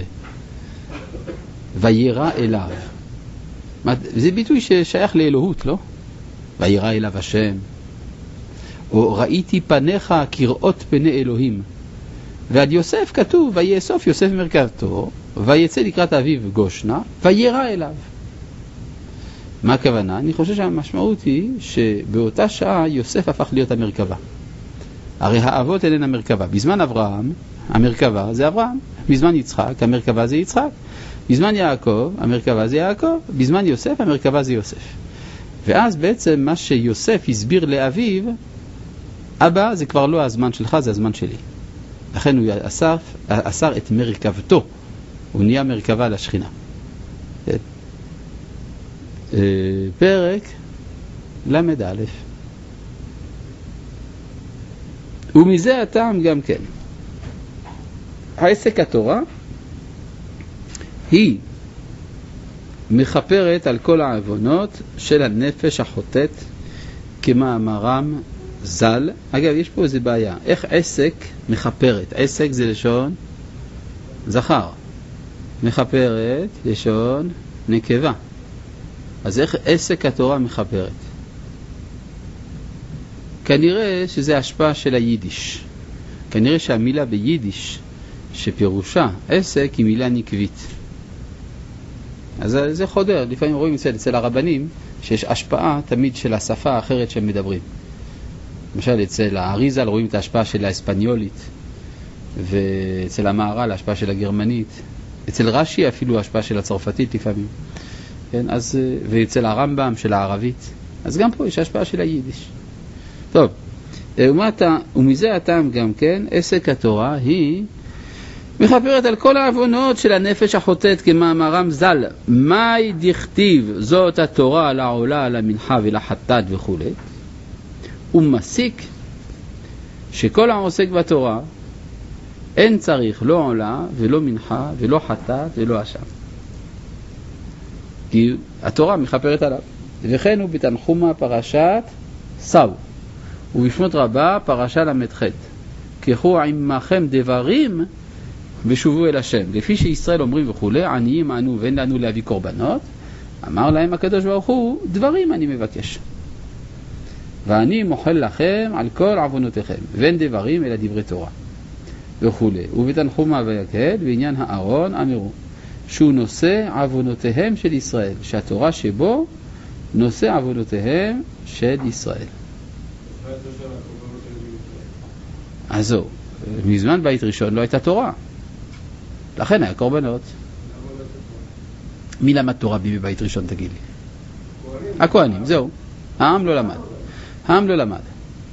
וירא אליו. זה ביטוי ששייך לאלוהות, לא? וירא אליו השם. או ראיתי פניך כראות פני אלוהים. ועל יוסף כתוב, ויאסוף יוסף מרכבתו, ויצא לקראת אביו גושנה, וירא אליו. מה הכוונה? אני חושב שהמשמעות היא שבאותה שעה יוסף הפך להיות המרכבה. הרי האבות איננה מרכבה. בזמן אברהם, המרכבה זה אברהם. בזמן יצחק, המרכבה זה יצחק. בזמן יעקב, המרכבה זה יעקב. בזמן יוסף, המרכבה זה יוסף. ואז בעצם מה שיוסף הסביר לאביו, אבא, זה כבר לא הזמן שלך, זה הזמן שלי. לכן הוא אסר, אסר את מרכבתו. הוא נהיה מרכבה לשכינה. פרק למד א'. ומזה הטעם גם כן. העסק התורה היא מחפרת על כל העוונות של הנפש החוטאת כמאמרם ז"ל. אגב, יש פה איזה בעיה. איך עסק מחפרת? עסק זה לשון זכר. מחפרת לשון נקבה. אז איך עסק התורה מחפרת? כנראה שזה השפעה של היידיש. כנראה שהמילה ביידיש שפירושה עסק היא מילה נקבית. אז זה חודר. לפעמים רואים אצל, אצל הרבנים שיש השפעה תמיד של השפה האחרת שהם מדברים. למשל אצל האריזל רואים את ההשפעה של האספניולית, ואצל המהר"ל ההשפעה של הגרמנית, אצל רש"י אפילו ההשפעה של הצרפתית לפעמים. כן, אז, ואצל הרמב"ם של הערבית. אז גם פה יש השפעה של היידיש. טוב, ומתה, ומזה הטעם גם כן, עסק התורה היא מחפרת על כל העוונות של הנפש החוטאת כמאמרם ז"ל. מהי דכתיב זאת התורה לעולה, למנחה ולחטאת וכו'. הוא מסיק שכל העוסק בתורה אין צריך לא עולה ולא מנחה ולא חטאת ולא אשם. כי התורה מחפרת עליו. וכן הוא בתנחומה פרשת סאו. ובשמות רבה פרשה למד ח'. ככו עמכם דברים ושובו אל השם. לפי שישראל אומרים וכו', עניים אנו ואין לנו להביא קורבנות, אמר להם הקדוש ברוך הוא, דברים אני מבקש. ואני מוחל לכם על כל עוונותיכם, ואין דברים אלא דברי תורה. וכו'. ובתנחומה ויקהל, בעניין הארון אמרו, שהוא נושא עוונותיהם של ישראל, שהתורה שבו נושא עוונותיהם של ישראל. אז זהו, מזמן בית ראשון לא הייתה תורה. לכן היה קורבנות. מי למד תורה בבית ראשון, תגיד לי? הכהנים, זהו. העם לא למד. העם לא למד.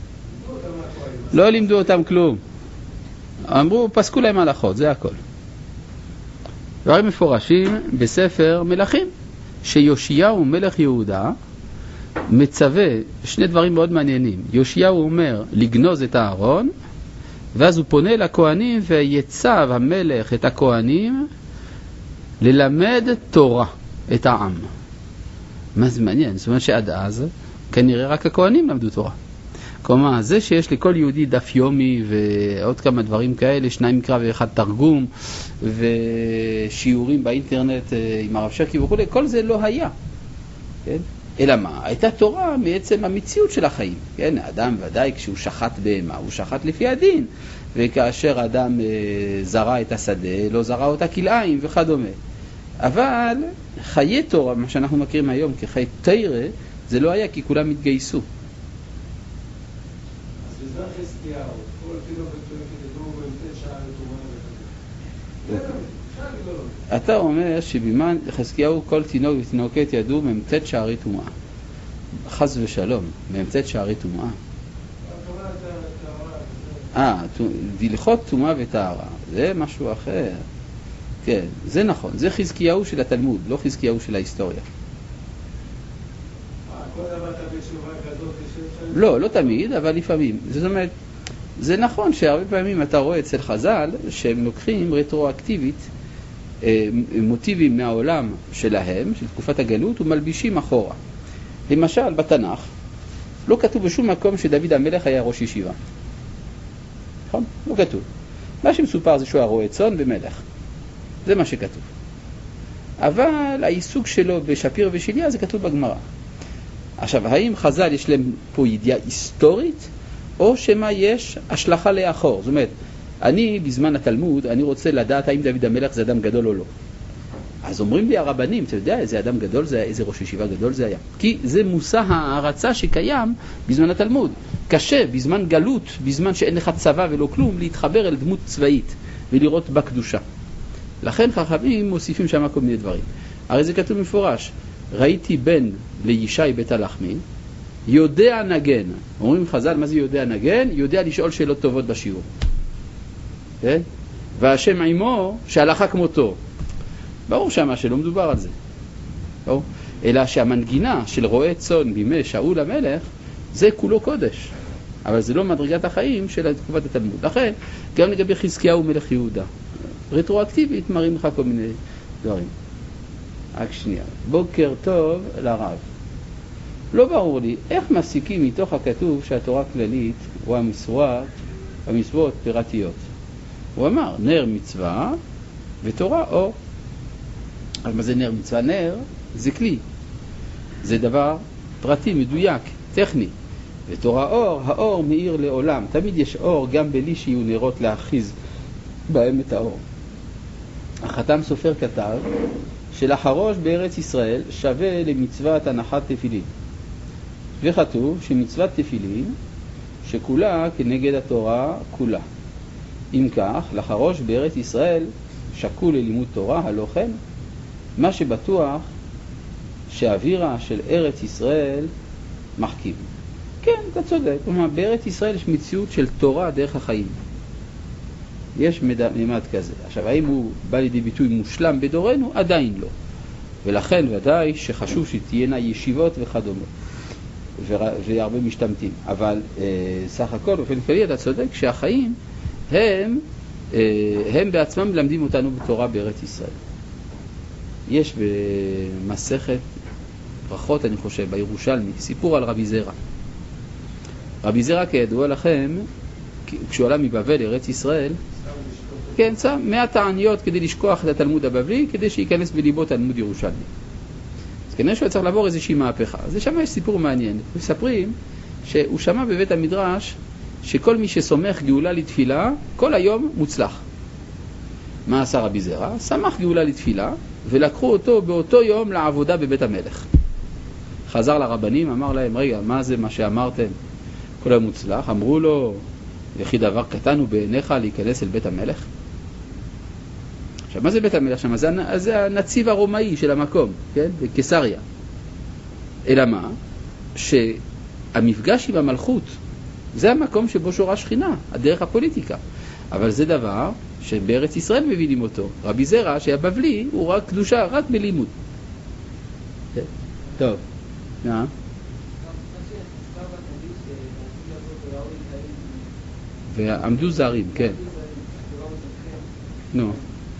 לא לימדו אותם כלום. אמרו, פסקו להם הלכות, זה הכל. דברים מפורשים בספר מלכים, שיושיהו מלך יהודה מצווה שני דברים מאוד מעניינים. יושיהו אומר לגנוז את הארון, ואז הוא פונה לכהנים ויצב המלך את הכהנים ללמד תורה את העם. מה זה מעניין? זאת אומרת שעד אז כנראה רק הכהנים למדו תורה. כלומר, זה שיש לכל יהודי דף יומי ועוד כמה דברים כאלה, שניים מקרא ואחד תרגום, ושיעורים באינטרנט עם הרב שרקי וכו', כל זה לא היה. כן? אלא מה? הייתה תורה מעצם המציאות של החיים. כן? האדם ודאי כשהוא שחט בהמה, הוא שחט לפי הדין. וכאשר האדם זרע את השדה, לא זרע אותה כלאיים וכדומה. אבל חיי תורה, מה שאנחנו מכירים היום כחיי תורה, זה לא היה כי כולם התגייסו. חזקיהו, כל תינוק ותינוק ידעו במתת שעה לטומאה. אתה אומר שבזמן חזקיהו כל תינוק ותינוקת ידעו ממתת שערי טומאה. חס ושלום, ממתת שערי טומאה. אה, הלכות טומאה וטהרה, זה משהו אחר. כן, זה נכון, זה חזקיהו של התלמוד, לא חזקיהו של ההיסטוריה. לא, לא תמיד, אבל לפעמים. זאת אומרת, זה נכון שהרבה פעמים אתה רואה אצל חז"ל שהם לוקחים רטרואקטיבית מוטיבים מהעולם שלהם, של תקופת הגלות, ומלבישים אחורה. למשל, בתנ"ך, לא כתוב בשום מקום שדוד המלך היה ראש ישיבה. נכון? לא כתוב. מה שמסופר זה שהוא הרועה צאן ומלך. זה מה שכתוב. אבל העיסוק שלו בשפיר ושליה זה כתוב בגמרא. עכשיו, האם חז"ל יש להם פה ידיעה היסטורית, או שמה יש השלכה לאחור? זאת אומרת, אני בזמן התלמוד, אני רוצה לדעת האם דוד המלך זה אדם גדול או לא. אז אומרים לי הרבנים, אתה יודע, איזה אדם גדול זה היה, איזה ראש ישיבה גדול זה היה. כי זה מושא הערצה שקיים בזמן התלמוד. קשה, בזמן גלות, בזמן שאין לך צבא ולא כלום, להתחבר אל דמות צבאית ולראות בה קדושה. לכן חכמים מוסיפים שם כל מיני דברים. הרי זה כתוב מפורש. ראיתי בן לישי בית הלחמי, יודע נגן. אומרים חז"ל, מה זה יודע נגן? יודע לשאול שאלות טובות בשיעור. כן? והשם עמו שהלכה כמותו. ברור שמה שלא מדובר על זה. ברור? אלא שהמנגינה של רועה צאן בימי שאול המלך, זה כולו קודש. אבל זה לא מדרגת החיים של תקופת התלמוד. לכן, גם לגבי חזקיהו מלך יהודה, רטרואקטיבית מראים לך כל מיני דברים. רק שנייה. בוקר טוב לרב. לא ברור לי איך מסיקים מתוך הכתוב שהתורה כללית הוא המצוות, המצוות פירטיות. הוא אמר, נר מצווה ותורה אור. אז מה זה נר מצווה? נר זה כלי. זה דבר פרטי, מדויק, טכני. ותורה אור, האור מאיר לעולם. תמיד יש אור גם בלי שיהיו נרות להאחיז בהם את האור. החתם סופר כתב שלחרוש בארץ ישראל שווה למצוות הנחת תפילין. וכתוב שמצוות תפילין שכולה כנגד התורה כולה. אם כך, לחרוש בארץ ישראל שקול ללימוד תורה, הלא כן? מה שבטוח שהאווירה של ארץ ישראל מחכים. כן, אתה צודק. כלומר, בארץ ישראל יש מציאות של תורה דרך החיים. יש ממד כזה. עכשיו, האם הוא בא לידי ביטוי מושלם בדורנו? עדיין לא. ולכן ודאי שחשוב שתהיינה ישיבות וכדומה. והרבה משתמטים. אבל אה, סך הכל, באופן כללי, אתה צודק שהחיים הם, אה, הם בעצמם מלמדים אותנו בתורה בארץ ישראל. יש במסכת ברכות, אני חושב, בירושלמי, סיפור על רבי זרע. רבי זרע, כידוע לכם, כשהוא עלה מבבל לארץ ישראל, כן, שם מאה תעניות כדי לשכוח את התלמוד הבבלי, כדי שייכנס בליבו תלמוד ירושלמי. אז כנראה שהוא צריך לעבור איזושהי מהפכה. אז שם יש סיפור מעניין. מספרים שהוא שמע בבית המדרש שכל מי שסומך גאולה לתפילה, כל היום מוצלח. מה עשה רבי זרע? שמח גאולה לתפילה, ולקחו אותו באותו יום לעבודה בבית המלך. חזר לרבנים, אמר להם, רגע, מה זה מה שאמרתם? כל היום מוצלח. אמרו לו, וכי דבר קטן הוא בעיניך להיכנס אל בית המלך? עכשיו, מה זה בית המלך שם? זה, זה הנציב הרומאי של המקום, כן? בקיסריה. אלא מה? שהיו המפגש עם המלכות, זה המקום שבו שורה שכינה, הדרך הפוליטיקה. אבל זה דבר שבארץ ישראל מבינים אותו. רבי זרע שהיה בבלי, הוא רק קדושה, רק בלימוד. טוב. מה? ועמדו זרים, כן. נו.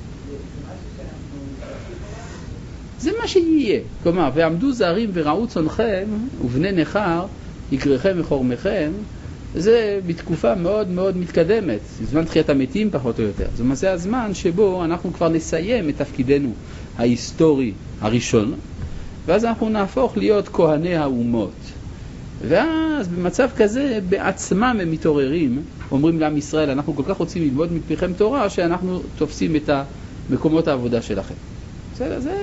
זה מה שיהיה. כלומר, ועמדו זרים וראו צונכם, ובני נכר, יקריכם וחורמכם, זה בתקופה מאוד מאוד מתקדמת, זמן תחיית המתים פחות או יותר. זאת אומרת, זה הזמן שבו אנחנו כבר נסיים את תפקידנו ההיסטורי הראשון, ואז אנחנו נהפוך להיות כהני האומות. ואז במצב כזה בעצמם הם מתעוררים, אומרים לעם ישראל, אנחנו כל כך רוצים ללמוד מפיכם תורה, שאנחנו תופסים את מקומות העבודה שלכם. בסדר, זה...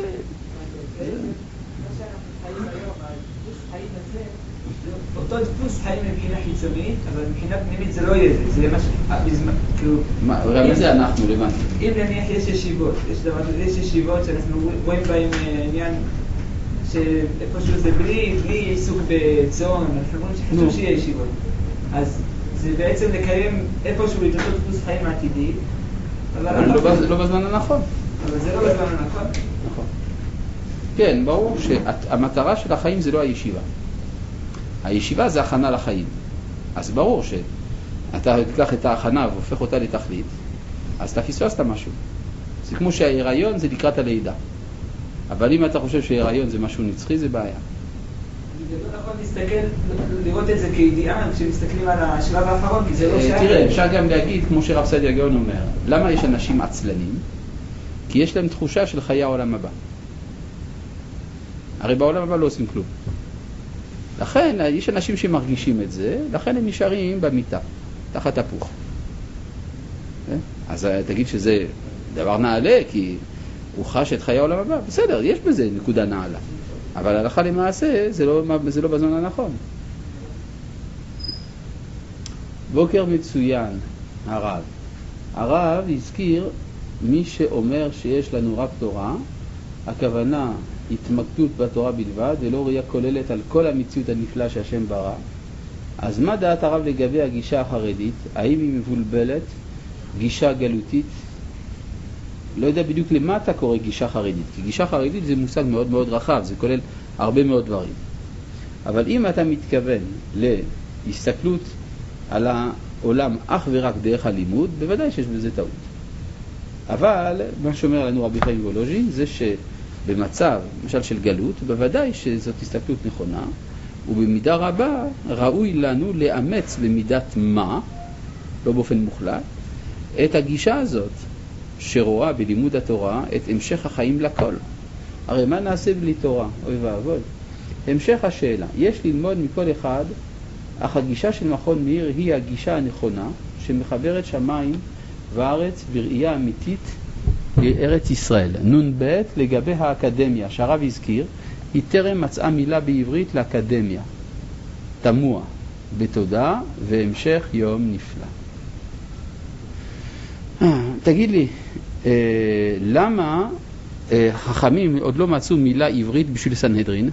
אותו דפוס חיים מבחינה חיצונית, אבל מבחינה פנימית זה לא יהיה זה, זה מה ש... כאילו... מה זה אנחנו לבנתי? אם נניח יש ישיבות, יש ישיבות שאנחנו רואים בהם עניין שאיפשהו זה בלי עיסוק בצאן, אנחנו רואים שחשוב שיהיה ישיבות. אז זה בעצם לקיים איפשהו את אותו דפוס חיים העתידי, אבל לא בזמן הנכון. אבל זה לא בזמן הנכון. נכון. כן, ברור שהמטרה של החיים זה לא הישיבה. הישיבה זה הכנה לחיים. אז ברור שאתה תיקח את ההכנה והופך אותה לתכלית, אז אתה פספסת משהו. זה כמו שההיריון זה לקראת הלידה. אבל אם אתה חושב שההיריון זה משהו נצחי, זה בעיה. זה לא נכון להסתכל, לראות את זה כאידיאל כשמסתכלים על השלב האחרון, כי זה לא שייך. תראה, אפשר גם להגיד, כמו שרב סעדיה גאון אומר, למה יש אנשים עצלנים? כי יש להם תחושה של חיי העולם הבא. הרי בעולם הבא לא עושים כלום. לכן, יש אנשים שמרגישים את זה, לכן הם נשארים במיטה, תחת הפוך. אז תגיד שזה דבר נעלה, כי הוא חש את חיי העולם הבא. בסדר, יש בזה נקודה נעלה. אבל הלכה למעשה, זה לא, זה לא בזמן הנכון. בוקר מצוין, הרב. הרב הזכיר מי שאומר שיש לנו רק תורה, הכוונה התמקדות בתורה בלבד, ולא ראייה כוללת על כל המציאות הנפלאה שהשם ברא. אז מה דעת הרב לגבי הגישה החרדית? האם היא מבולבלת? גישה גלותית? לא יודע בדיוק למה אתה קורא גישה חרדית, כי גישה חרדית זה מושג מאוד מאוד רחב, זה כולל הרבה מאוד דברים. אבל אם אתה מתכוון להסתכלות על העולם אך ורק דרך הלימוד, בוודאי שיש בזה טעות. אבל מה שאומר לנו רבי חיים וולוז'ין זה שבמצב, למשל של גלות, בוודאי שזאת הסתכלות נכונה, ובמידה רבה ראוי לנו לאמץ במידת מה, לא באופן מוחלט, את הגישה הזאת שרואה בלימוד התורה את המשך החיים לכל. הרי מה נעשה בלי תורה? אוי ואבוי. המשך השאלה, יש ללמוד מכל אחד, אך הגישה של מכון מאיר היא הגישה הנכונה שמחברת שמיים וארץ בראייה אמיתית לארץ ישראל. נון ב' לגבי האקדמיה שהרב הזכיר, היא טרם מצאה מילה בעברית לאקדמיה. תמוה, בתודה והמשך יום נפלא. תגיד לי, למה חכמים עוד לא מצאו מילה עברית בשביל סנהדרין?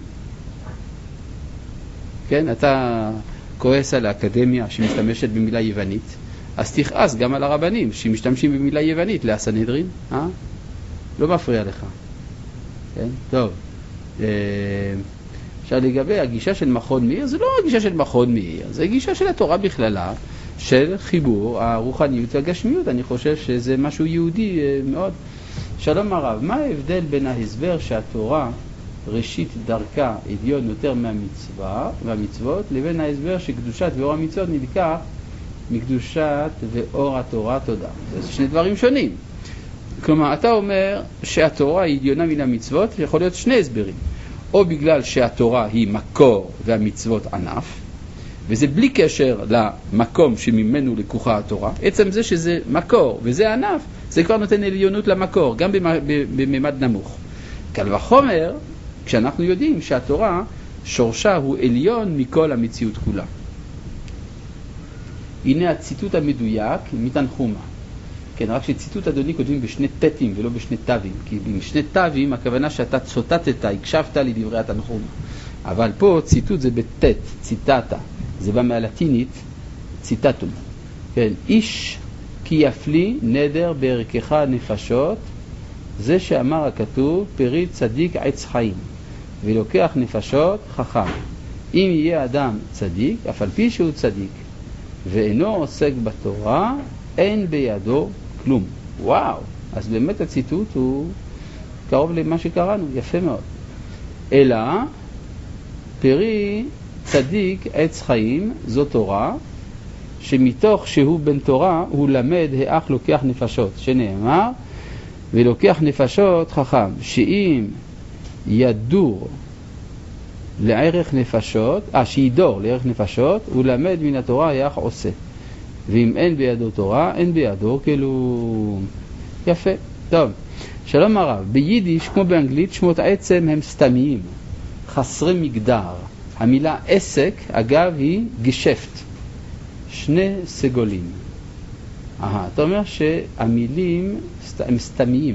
כן, אתה כועס על האקדמיה שמשתמשת במילה יוונית, אז תכעס גם על הרבנים שמשתמשים במילה יוונית לסנהדרין, אה? לא מפריע לך. כן, טוב. עכשיו לגבי הגישה של מכון מאיר, זה לא הגישה של מכון מאיר, זה הגישה של התורה בכללה, של חיבור הרוחניות והגשמיות. אני חושב שזה משהו יהודי מאוד. שלום הרב, מה ההבדל בין ההסבר שהתורה ראשית דרכה עליון יותר מהמצווה והמצוות, לבין ההסבר שקדושת ואור המצוות נלקח מקדושת ואור התורה? תודה. זה שני דברים שונים. כלומר, אתה אומר שהתורה היא עליונה מן המצוות, יכול להיות שני הסברים. או בגלל שהתורה היא מקור והמצוות ענף, וזה בלי קשר למקום שממנו לקוחה התורה. עצם זה שזה מקור וזה ענף, זה כבר נותן עליונות למקור, גם בממד נמוך. קל וחומר, כשאנחנו יודעים שהתורה שורשה הוא עליון מכל המציאות כולה. הנה הציטוט המדויק מתנחומה. כן, רק שציטוט אדוני כותבים בשני תתים ולא בשני תווים, כי בשני תווים הכוונה שאתה צוטטת, הקשבת לדברי התנחומה. אבל פה ציטוט זה בתת, ציטטה. זה בא מהלטינית, ציטטום. כן, איש כי יפלי נדר בערכך נפשות, זה שאמר הכתוב, פרי צדיק עץ חיים, ולוקח נפשות חכם. אם יהיה אדם צדיק, אף על פי שהוא צדיק, ואינו עוסק בתורה, אין בידו כלום. וואו, אז באמת הציטוט הוא קרוב למה שקראנו, יפה מאוד. אלא, פרי צדיק עץ חיים, זו תורה, שמתוך שהוא בן תורה, הוא למד האח לוקח נפשות, שנאמר, ולוקח נפשות חכם, שאם ידור לערך נפשות, אה, שידור לערך נפשות, הוא למד מן התורה האח עושה. ואם אין בידו תורה, אין בידו כלום. יפה, טוב. שלום הרב, ביידיש כמו באנגלית שמות עצם הם סתמיים, חסרי מגדר. המילה עסק, אגב, היא גשפט, שני סגולים. אהה, אתה אומר שהמילים הם סתמיים.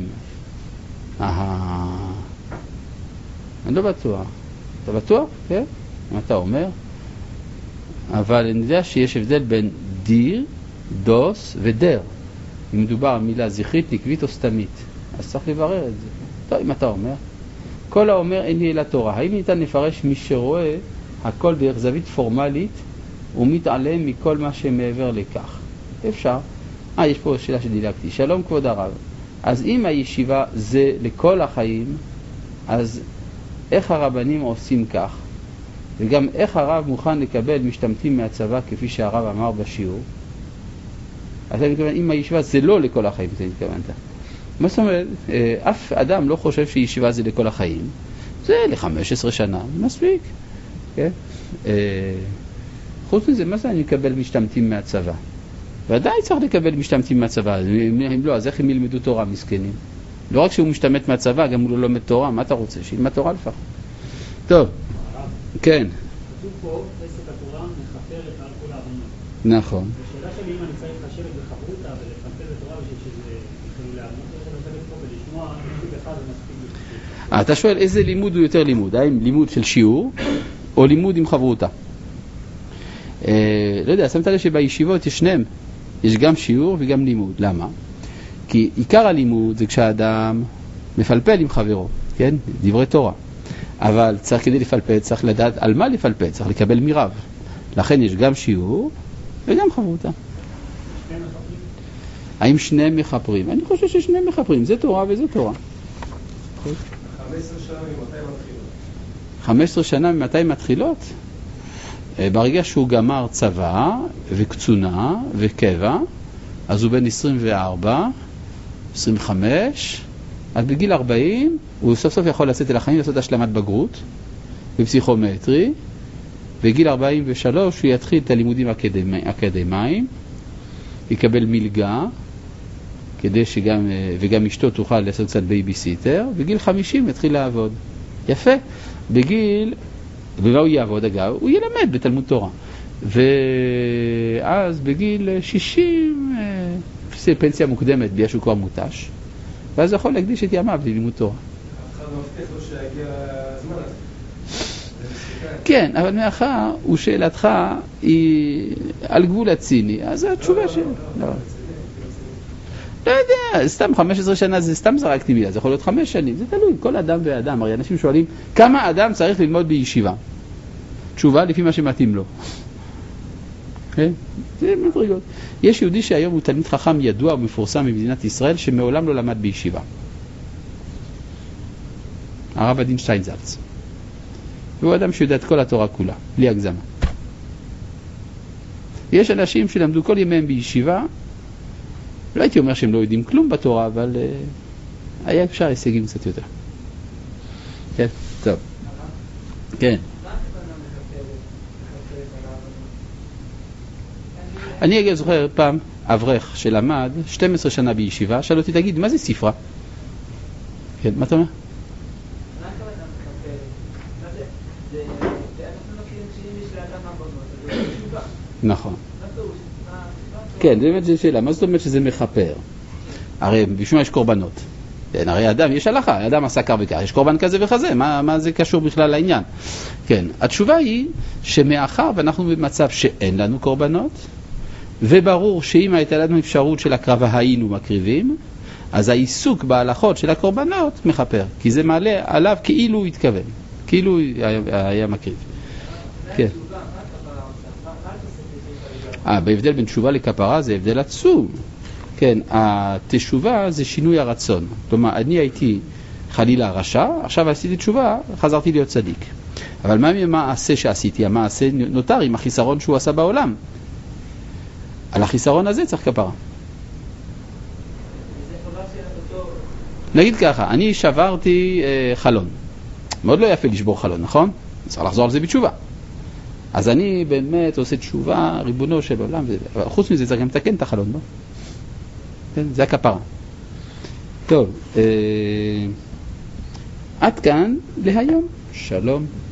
אהה, אני לא בטוח. אתה בטוח? כן? מה אתה אומר? אבל אני יודע שיש הבדל בין דיר, דוס ודר. אם מדובר על מילה זכרית, נקבית או סתמית. אז צריך לברר את זה. טוב, אם אתה אומר. כל האומר אין לי אלא תורה. האם ניתן לפרש מי שרואה הכל דרך זווית פורמלית ומתעלם מכל מה שמעבר לכך? אפשר. אה, יש פה שאלה שדילגתי. שלום כבוד הרב. אז אם הישיבה זה לכל החיים, אז איך הרבנים עושים כך? וגם איך הרב מוכן לקבל משתמטים מהצבא כפי שהרב אמר בשיעור? אז אני מתכוון, אם הישיבה זה לא לכל החיים, זה מתכוונת. מה זאת אומרת? אף אדם לא חושב שישיבה זה לכל החיים. זה ל-חמש עשרה שנה, מספיק. כן? חוץ מזה, מה זה אני מקבל משתמטים מהצבא? ודאי צריך לקבל משתמטים מהצבא. אם לא, אז איך הם ילמדו תורה מסכנים? לא רק שהוא משתמט מהצבא, גם הוא לא לומד תורה. מה אתה רוצה? שילמד תורה לפחות. טוב. כן. כתוב פה, עסק התורה מחפרת על כל העוונות. נכון. השאלה שלי אם אני צריך לשבת בחברותה ולפנטז בתורה בשביל שזה יתחילו לעמוד, או שאני לשבת פה ולשמוע מישהו אחד ומספיק. אתה שואל איזה לימוד הוא יותר לימוד? האם לימוד של שיעור או לימוד עם חברותה? לא יודע, שמת לב שבישיבות יש שניהם. יש גם שיעור וגם לימוד. למה? כי עיקר הלימוד זה כשהאדם מפלפל עם חברו, כן? דברי תורה. אבל צריך כדי לפלפל, צריך לדעת על מה לפלפל, צריך לקבל מירב. לכן יש גם שיעור וגם חברותה. שניהם מחפרים? האם שניהם מחפרים? אני חושב ששניהם מחפרים, זה תורה וזה תורה. חמש עשרה שנה ממתי מתחילות? חמש עשרה שנה ממתי מתחילות? ברגע שהוא גמר צבא וקצונה וקבע, אז הוא בן עשרים וארבע, עשרים וחמש, אז בגיל ארבעים הוא סוף סוף יכול לצאת אל החיים, לעשות השלמת בגרות בפסיכומטרי, בגיל ארבעים ושלוש הוא יתחיל את הלימודים האקדמיים, יקבל מלגה, כדי שגם, וגם אשתו תוכל לעשות קצת בייביסיטר, בגיל חמישים יתחיל לעבוד. יפה. בגיל, ומה הוא יעבוד אגב? הוא ילמד בתלמוד תורה. ואז בגיל שישים, זה פנסיה מוקדמת, בגלל שהוא כבר מותש, ואז הוא יכול להקדיש את ימיו ללימוד תורה. אף אחד לא מבטיח לו שיגיע הזמן הזה. כן, אבל מאחר ושאלתך היא על גבול הציני, אז התשובה ש... לא יודע, סתם חמש עשרה שנה, זה סתם זרקתי מילה, זה יכול להיות חמש שנים, זה תלוי, כל אדם ואדם. הרי אנשים שואלים, כמה אדם צריך ללמוד בישיבה? תשובה לפי מה שמתאים לו. כן? זה מדרגות. יש יהודי שהיום הוא תלמיד חכם ידוע ומפורסם במדינת ישראל, שמעולם לא למד בישיבה. הרב עדין שטיינזלץ. והוא אדם שיודע את כל התורה כולה, בלי הגזמה. יש אנשים שלמדו כל ימיהם בישיבה, לא הייתי אומר שהם לא יודעים כלום בתורה, אבל uh, היה אפשר הישגים קצת יותר. כן, טוב. כן. אני אגב זוכר פעם אברך שלמד שתים עשרה שנה בישיבה, שאל אותי, תגיד, מה זה ספרה? כן, מה אתה אומר? נכון. כן, זה באמת זה שאלה. מה זאת אומרת שזה מחפר? הרי בשביל מה יש קורבנות? כן, הרי אדם, יש הלכה, אדם עשה כך וכך, יש קורבן כזה וכזה, מה, מה זה קשור בכלל לעניין? כן, התשובה היא שמאחר ואנחנו במצב שאין לנו קורבנות, וברור שאם הייתה לנו אפשרות של הקרבה היינו מקריבים, אז העיסוק בהלכות של הקורבנות מחפר, כי זה מעלה עליו כאילו הוא התכוון, כאילו הוא היה, היה מקריב. כן. אה, בהבדל בין תשובה לכפרה זה הבדל עצום. כן, התשובה זה שינוי הרצון. כלומר, אני הייתי חלילה רשע, עכשיו עשיתי תשובה, חזרתי להיות צדיק. אבל מה המעשה שעשיתי? המעשה נותר עם החיסרון שהוא עשה בעולם. על החיסרון הזה צריך כפרה. נגיד ככה, אני שברתי אה, חלון. מאוד לא יפה לשבור חלון, נכון? צריך לחזור על זה בתשובה. אז אני באמת עושה תשובה, ריבונו של עולם. אבל חוץ מזה צריך גם לתקן את החלון, לא? כן, זה הכפרה. טוב, אה, עד כאן להיום. שלום.